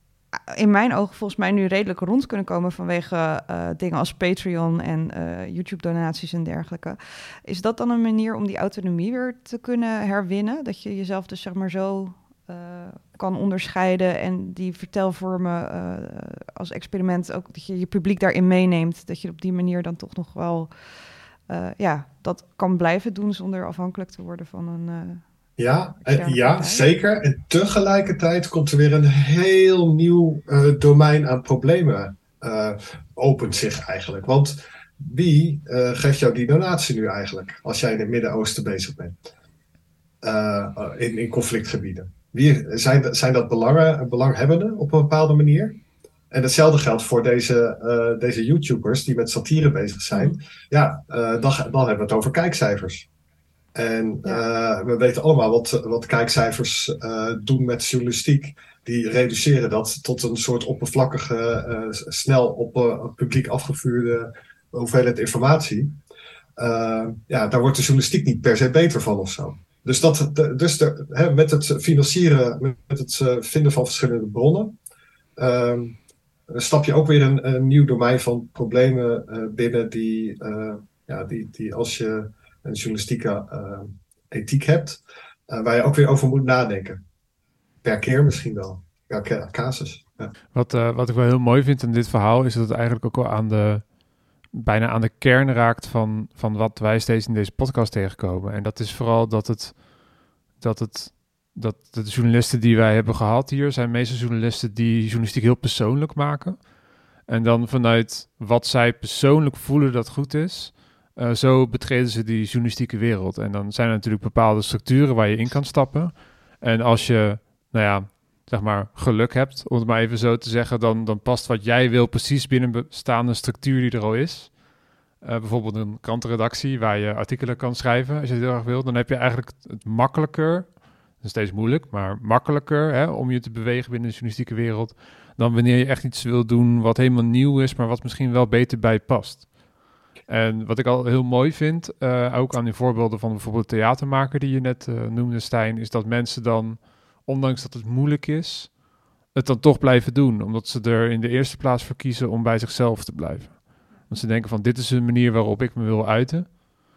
in mijn ogen volgens mij nu redelijk rond kunnen komen vanwege uh, dingen als Patreon en uh, YouTube-donaties en dergelijke. Is dat dan een manier om die autonomie weer te kunnen herwinnen? Dat je jezelf dus zeg maar zo uh, kan onderscheiden en die vertelvormen uh, als experiment ook, dat je je publiek daarin meeneemt, dat je op die manier dan toch nog wel uh, ja, dat kan blijven doen zonder afhankelijk te worden van een... Uh, Ja, en, ja, zeker. En tegelijkertijd komt er weer een heel nieuw uh, domein aan problemen uh, opent zich eigenlijk. Want wie uh, geeft jou die donatie nu eigenlijk, als jij in het Midden-Oosten bezig bent? Uh, in, in conflictgebieden. Wie, zijn, zijn dat belangen, belanghebbenden op een bepaalde manier? En hetzelfde geldt voor deze, uh, deze YouTubers die met satire bezig zijn. Mm. Ja, uh, dan, dan hebben we het over kijkcijfers. En ja. uh, we weten allemaal wat, wat kijkcijfers uh, doen met journalistiek. Die reduceren dat tot een soort oppervlakkige, uh, snel op uh, publiek afgevuurde hoeveelheid informatie. Uh, ja, daar wordt de journalistiek niet per se beter van of zo. Dus, dat, de, dus de, hè, met het financieren, met het uh, vinden van verschillende bronnen, uh, stap je ook weer een, een nieuw domein van problemen uh, binnen die, uh, ja, die, die als je een journalistieke uh, ethiek hebt, uh, waar je ook weer over moet nadenken. Per keer misschien wel. Per casus. Ja. Wat, uh, wat ik wel heel mooi vind in dit verhaal is dat het eigenlijk ook wel aan de bijna aan de kern raakt van, van wat wij steeds in deze podcast tegenkomen. En dat is vooral dat het dat het dat de journalisten die wij hebben gehad hier zijn meestal journalisten die journalistiek heel persoonlijk maken. En dan vanuit wat zij persoonlijk voelen dat goed is, uh, zo betreden ze die journalistieke wereld. En dan zijn er natuurlijk bepaalde structuren waar je in kan stappen. En als je, nou ja, zeg maar geluk hebt, om het maar even zo te zeggen, dan, dan past wat jij wil precies binnen een bestaande structuur die er al is. Uh, bijvoorbeeld een krantenredactie waar je artikelen kan schrijven, als je het heel erg wil. Dan heb je eigenlijk het makkelijker, dat is steeds moeilijk, maar makkelijker hè, om je te bewegen binnen de journalistieke wereld, dan wanneer je echt iets wil doen wat helemaal nieuw is, maar wat misschien wel beter bij past. En wat ik al heel mooi vind, uh, ook aan die voorbeelden van bijvoorbeeld de theatermaker die je net uh, noemde, Stijn, is dat mensen dan, ondanks dat het moeilijk is, het dan toch blijven doen. Omdat ze er in de eerste plaats voor kiezen om bij zichzelf te blijven. Want ze denken van, dit is een manier waarop ik me wil uiten.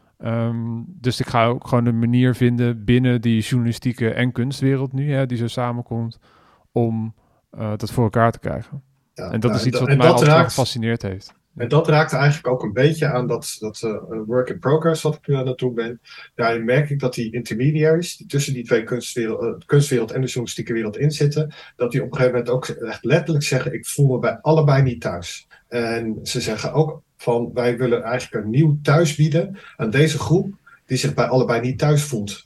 Um, dus ik ga ook gewoon een manier vinden binnen die journalistieke en kunstwereld nu, hè, die zo samenkomt, om uh, dat voor elkaar te krijgen. Ja, en dat nou, is iets wat mij altijd raakt, gefascineerd heeft. En dat raakt eigenlijk ook een beetje aan dat, dat uh, work in progress wat ik nu aan het doen ben. Daarin merk ik dat die intermediaries, die tussen die twee kunstwereld, uh, kunstwereld en de journalistieke wereld in zitten, dat die op een gegeven moment ook echt letterlijk zeggen, ik voel me bij allebei niet thuis. En ze zeggen ook van, wij willen eigenlijk een nieuw thuis bieden aan deze groep die zich bij allebei niet thuis voelt.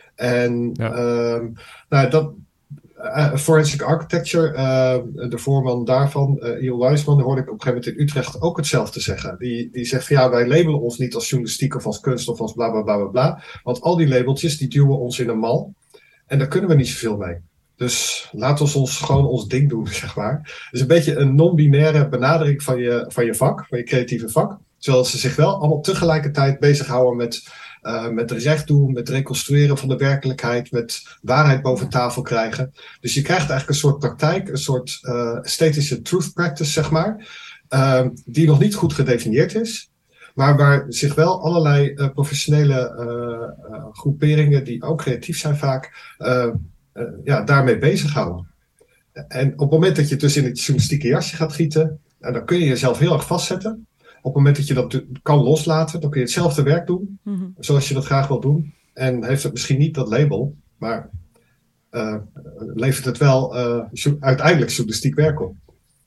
En ja. um, nou, dat... Uh, Forensic Architecture, uh, de voorman daarvan, uh, Iel Wijsman, hoorde ik op een gegeven moment in Utrecht ook hetzelfde zeggen. Die, die zegt van ja, wij labelen ons niet als journalistiek of als kunst of als bla bla bla bla bla. Want al die labeltjes die duwen ons in een mal. En daar kunnen we niet zoveel mee. Dus laten we ons gewoon ons ding doen, zeg maar. Dus een beetje een non-binaire benadering van je, van je vak, van je creatieve vak. Terwijl ze zich wel allemaal tegelijkertijd bezighouden met... Uh, met recht doen, met reconstrueren van de werkelijkheid, met waarheid boven tafel krijgen. Dus je krijgt eigenlijk een soort praktijk, een soort uh, esthetische truth practice, zeg maar, uh, die nog niet goed gedefinieerd is, maar waar zich wel allerlei uh, professionele uh, uh, groeperingen, die ook creatief zijn vaak, uh, uh, ja, daarmee bezighouden. En op het moment dat je dus in het journalistieke jasje gaat gieten, uh, dan kun je jezelf heel erg vastzetten. Op het moment dat je dat kan loslaten, dan kun je hetzelfde werk doen, mm-hmm. zoals je dat graag wil doen. En heeft het misschien niet dat label, maar uh, levert het wel uh, jo- uiteindelijk journalistiek werk op.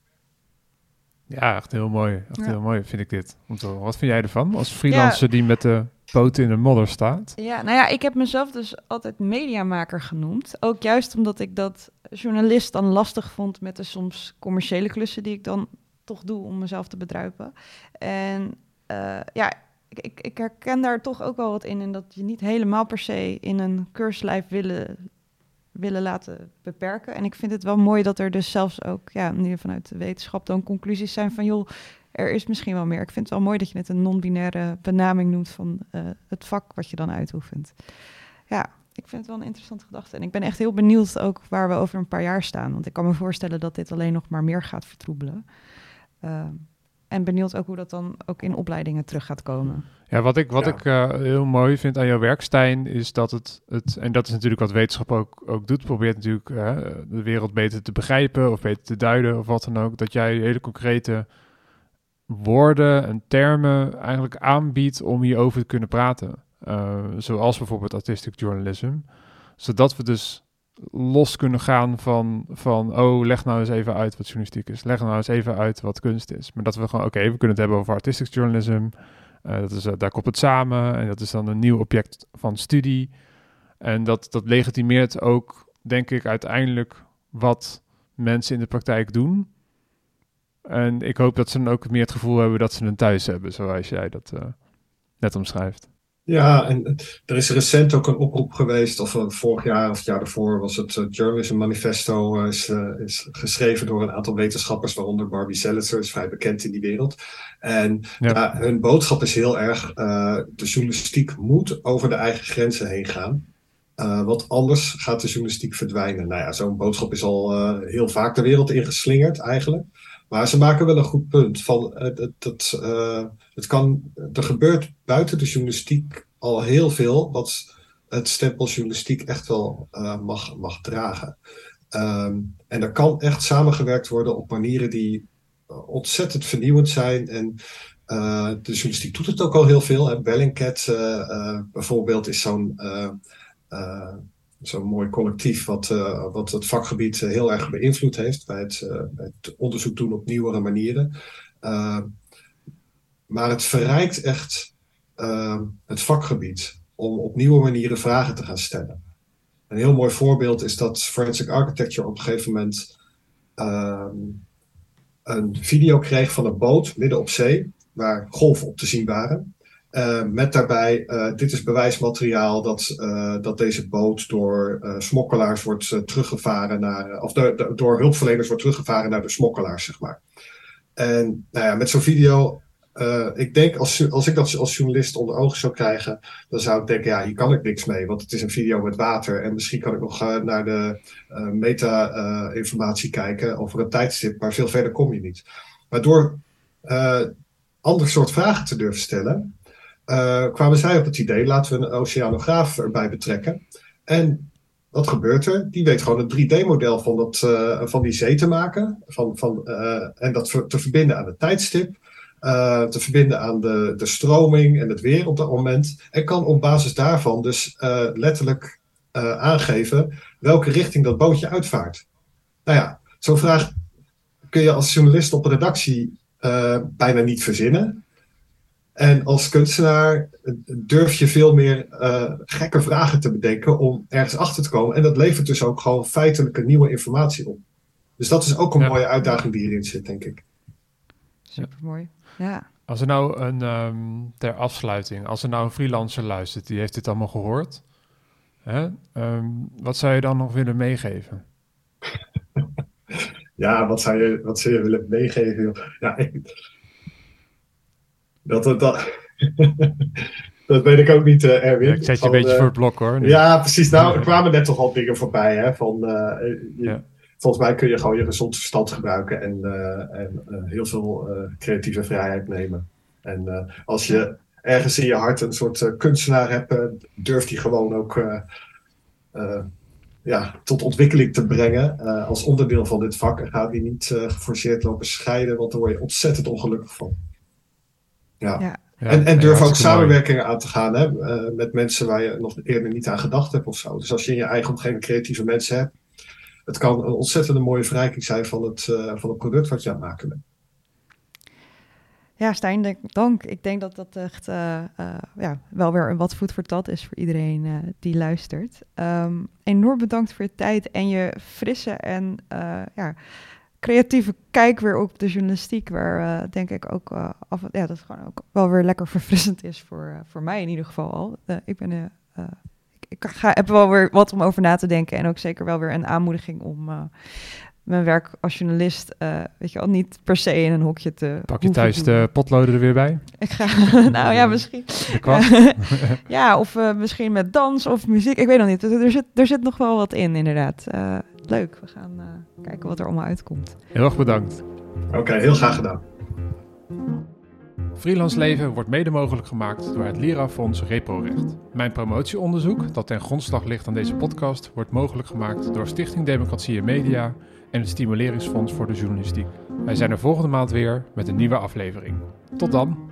Ja, echt heel mooi. Echt ja. heel mooi vind ik dit. Wat vind jij ervan als freelancer ja. die met de poten in de modder staat? Ja, nou ja, ik heb mezelf dus altijd mediamaker genoemd. Ook juist omdat ik dat journalist dan lastig vond met de soms commerciële klussen die ik dan toch doe om mezelf te bedruipen. En uh, ja, ik, ik, ik herken daar toch ook wel wat in. En dat je niet helemaal per se in een keurslijf willen, willen laten beperken. En ik vind het wel mooi dat er dus zelfs ook, ja, vanuit de wetenschap dan conclusies zijn van, joh, er is misschien wel meer. Ik vind het wel mooi dat je het een non-binaire benaming noemt van uh, het vak wat je dan uitoefent. Ja, ik vind het wel een interessante gedachte. En ik ben echt heel benieuwd ook waar we over een paar jaar staan. Want ik kan me voorstellen dat dit alleen nog maar meer gaat vertroebelen. Uh, en benieuwd ook hoe dat dan ook in opleidingen terug gaat komen. Ja, wat ik, wat ja. ik uh, heel mooi vind aan jouw werk, Stijn, is dat het, het en dat is natuurlijk wat wetenschap ook, ook doet, probeert natuurlijk uh, de wereld beter te begrijpen of beter te duiden of wat dan ook, dat jij hele concrete woorden en termen eigenlijk aanbiedt om hierover te kunnen praten. Uh, zoals bijvoorbeeld artistic journalism. Zodat we dus los kunnen gaan van, van, oh, leg nou eens even uit wat journalistiek is. Leg nou eens even uit wat kunst is. Maar dat we gewoon, oké, okay, we kunnen het hebben over artistic journalism. Uh, dat is, uh, daar komt het samen. En dat is dan een nieuw object van studie. En dat, dat legitimeert ook, denk ik, uiteindelijk wat mensen in de praktijk doen. En ik hoop dat ze dan ook meer het gevoel hebben dat ze een thuis hebben, zoals jij dat uh, net omschrijft. Ja, en er is recent ook een oproep geweest, of uh, vorig jaar of het jaar daarvoor was het uh, Journalism Manifesto, uh, is, uh, is geschreven door een aantal wetenschappers, waaronder Barbie Selitzer, is vrij bekend in die wereld. En ja. uh, hun boodschap is heel erg, uh, de journalistiek moet over de eigen grenzen heen gaan. Uh, want anders gaat de journalistiek verdwijnen. Nou ja, zo'n boodschap is al uh, heel vaak de wereld ingeslingerd eigenlijk. Maar ze maken wel een goed punt van uh, dat, dat uh, het kan, er gebeurt buiten de journalistiek al heel veel wat het stempel journalistiek echt wel uh, mag, mag dragen. Um, en er kan echt samengewerkt worden op manieren die ontzettend vernieuwend zijn. En uh, de journalistiek doet het ook al heel veel. Hè. Bellingcat uh, uh, bijvoorbeeld is zo'n uh, uh, zo'n mooi collectief wat, uh, wat het vakgebied uh, heel erg beïnvloed heeft bij het, uh, bij het onderzoek doen op nieuwere manieren. Uh, maar het verrijkt echt uh, het vakgebied om op nieuwe manieren vragen te gaan stellen. Een heel mooi voorbeeld is dat Forensic Architecture op een gegeven moment uh, een video kreeg van een boot midden op zee, waar golven op te zien waren. Uh, met daarbij, uh, dit is bewijsmateriaal dat, uh, dat deze boot door uh, smokkelaars wordt uh, teruggevaren naar, uh, of de, de, door hulpverleners wordt teruggevaren naar de smokkelaars, zeg maar. En nou ja, met zo'n video, uh, ik denk als, als ik dat als journalist onder ogen zou krijgen, dan zou ik denken, ja, hier kan ik niks mee, want het is een video met water en misschien kan ik nog uh, naar de uh, meta-informatie uh, kijken over een tijdstip, maar veel verder kom je niet. Maar door uh, ander soort vragen te durven stellen, Uh, kwamen zij op het idee, laten we een oceanograaf erbij betrekken. En wat gebeurt er? Die weet gewoon een drie D-model van, dat, uh, van die zee te maken. Van, van, uh, en dat ver, te verbinden aan het tijdstip. Uh, te verbinden aan de, de stroming en het weer op dat moment. En kan op basis daarvan dus uh, letterlijk uh, aangeven welke richting dat bootje uitvaart. Nou ja, zo'n vraag kun je als journalist op een redactie uh, bijna niet verzinnen. En als kunstenaar durf je veel meer uh, gekke vragen te bedenken om ergens achter te komen. En dat levert dus ook gewoon feitelijke nieuwe informatie op. Dus dat is ook een ja. mooie uitdaging die hierin zit, denk ik. Supermooi, ja. Als er nou een, um, ter afsluiting, als er nou een freelancer luistert, die heeft dit allemaal gehoord. Hè? Um, wat zou je dan nog willen meegeven? Ja, wat zou je, wat zou je willen meegeven? Ja, ik... Dat, dat, dat, dat weet ik ook niet, uh, Erwin. Ja, ik zet je van, een beetje uh, voor het blok, hoor. Nu. Ja, precies. Nou, er kwamen net toch al dingen voorbij. Hè, van, uh, je, ja. Volgens mij kun je gewoon je gezond verstand gebruiken en, uh, en uh, heel veel uh, creatieve vrijheid nemen. En uh, als je ergens in je hart een soort uh, kunstenaar hebt, uh, durft die gewoon ook uh, uh, ja, tot ontwikkeling te brengen uh, als onderdeel van dit vak. En ga die niet uh, geforceerd lopen scheiden, want daar word je ontzettend ongelukkig van. Ja. Ja. Ja, en, en durf ja, ook samenwerkingen mooi. aan te gaan, hè, uh, met mensen waar je nog eerder niet aan gedacht hebt of zo. Dus als je in je eigen omgeving creatieve mensen hebt, het kan een ontzettende mooie verrijking zijn van het, uh, van het product wat je aan het maken bent. Ja, Stijn, dank. Ik denk dat dat echt uh, uh, ja, wel weer een wat voet voor tat is voor iedereen uh, die luistert. Um, enorm bedankt voor je tijd en je frisse en uh, ja, creatieve kijk weer op de journalistiek, waar uh, denk ik ook uh, af, ja, dat gewoon ook wel weer lekker verfrissend is voor, uh, voor mij in ieder geval al. Uh, ik ben uh, uh, ik, ik ga, heb wel weer wat om over na te denken en ook zeker wel weer een aanmoediging om uh, mijn werk als journalist, uh, weet je wel, niet per se in een hokje te Pak je thuis doen. De potloden er weer bij? Ik ga, nou ja, misschien. Ja, of uh, misschien met dans of muziek, ik weet nog niet. Er zit, er zit nog wel wat in, inderdaad. Uh, leuk, we gaan uh, kijken wat er allemaal uitkomt. Heel erg bedankt. Oké, okay, heel graag gedaan. Freelance Leven wordt mede mogelijk gemaakt door het Lira-fonds ReproRecht. Mijn promotieonderzoek, dat ten grondslag ligt aan deze podcast, wordt mogelijk gemaakt door Stichting Democratie en Media en het Stimuleringsfonds voor de Journalistiek. Wij zijn er volgende maand weer met een nieuwe aflevering. Tot dan!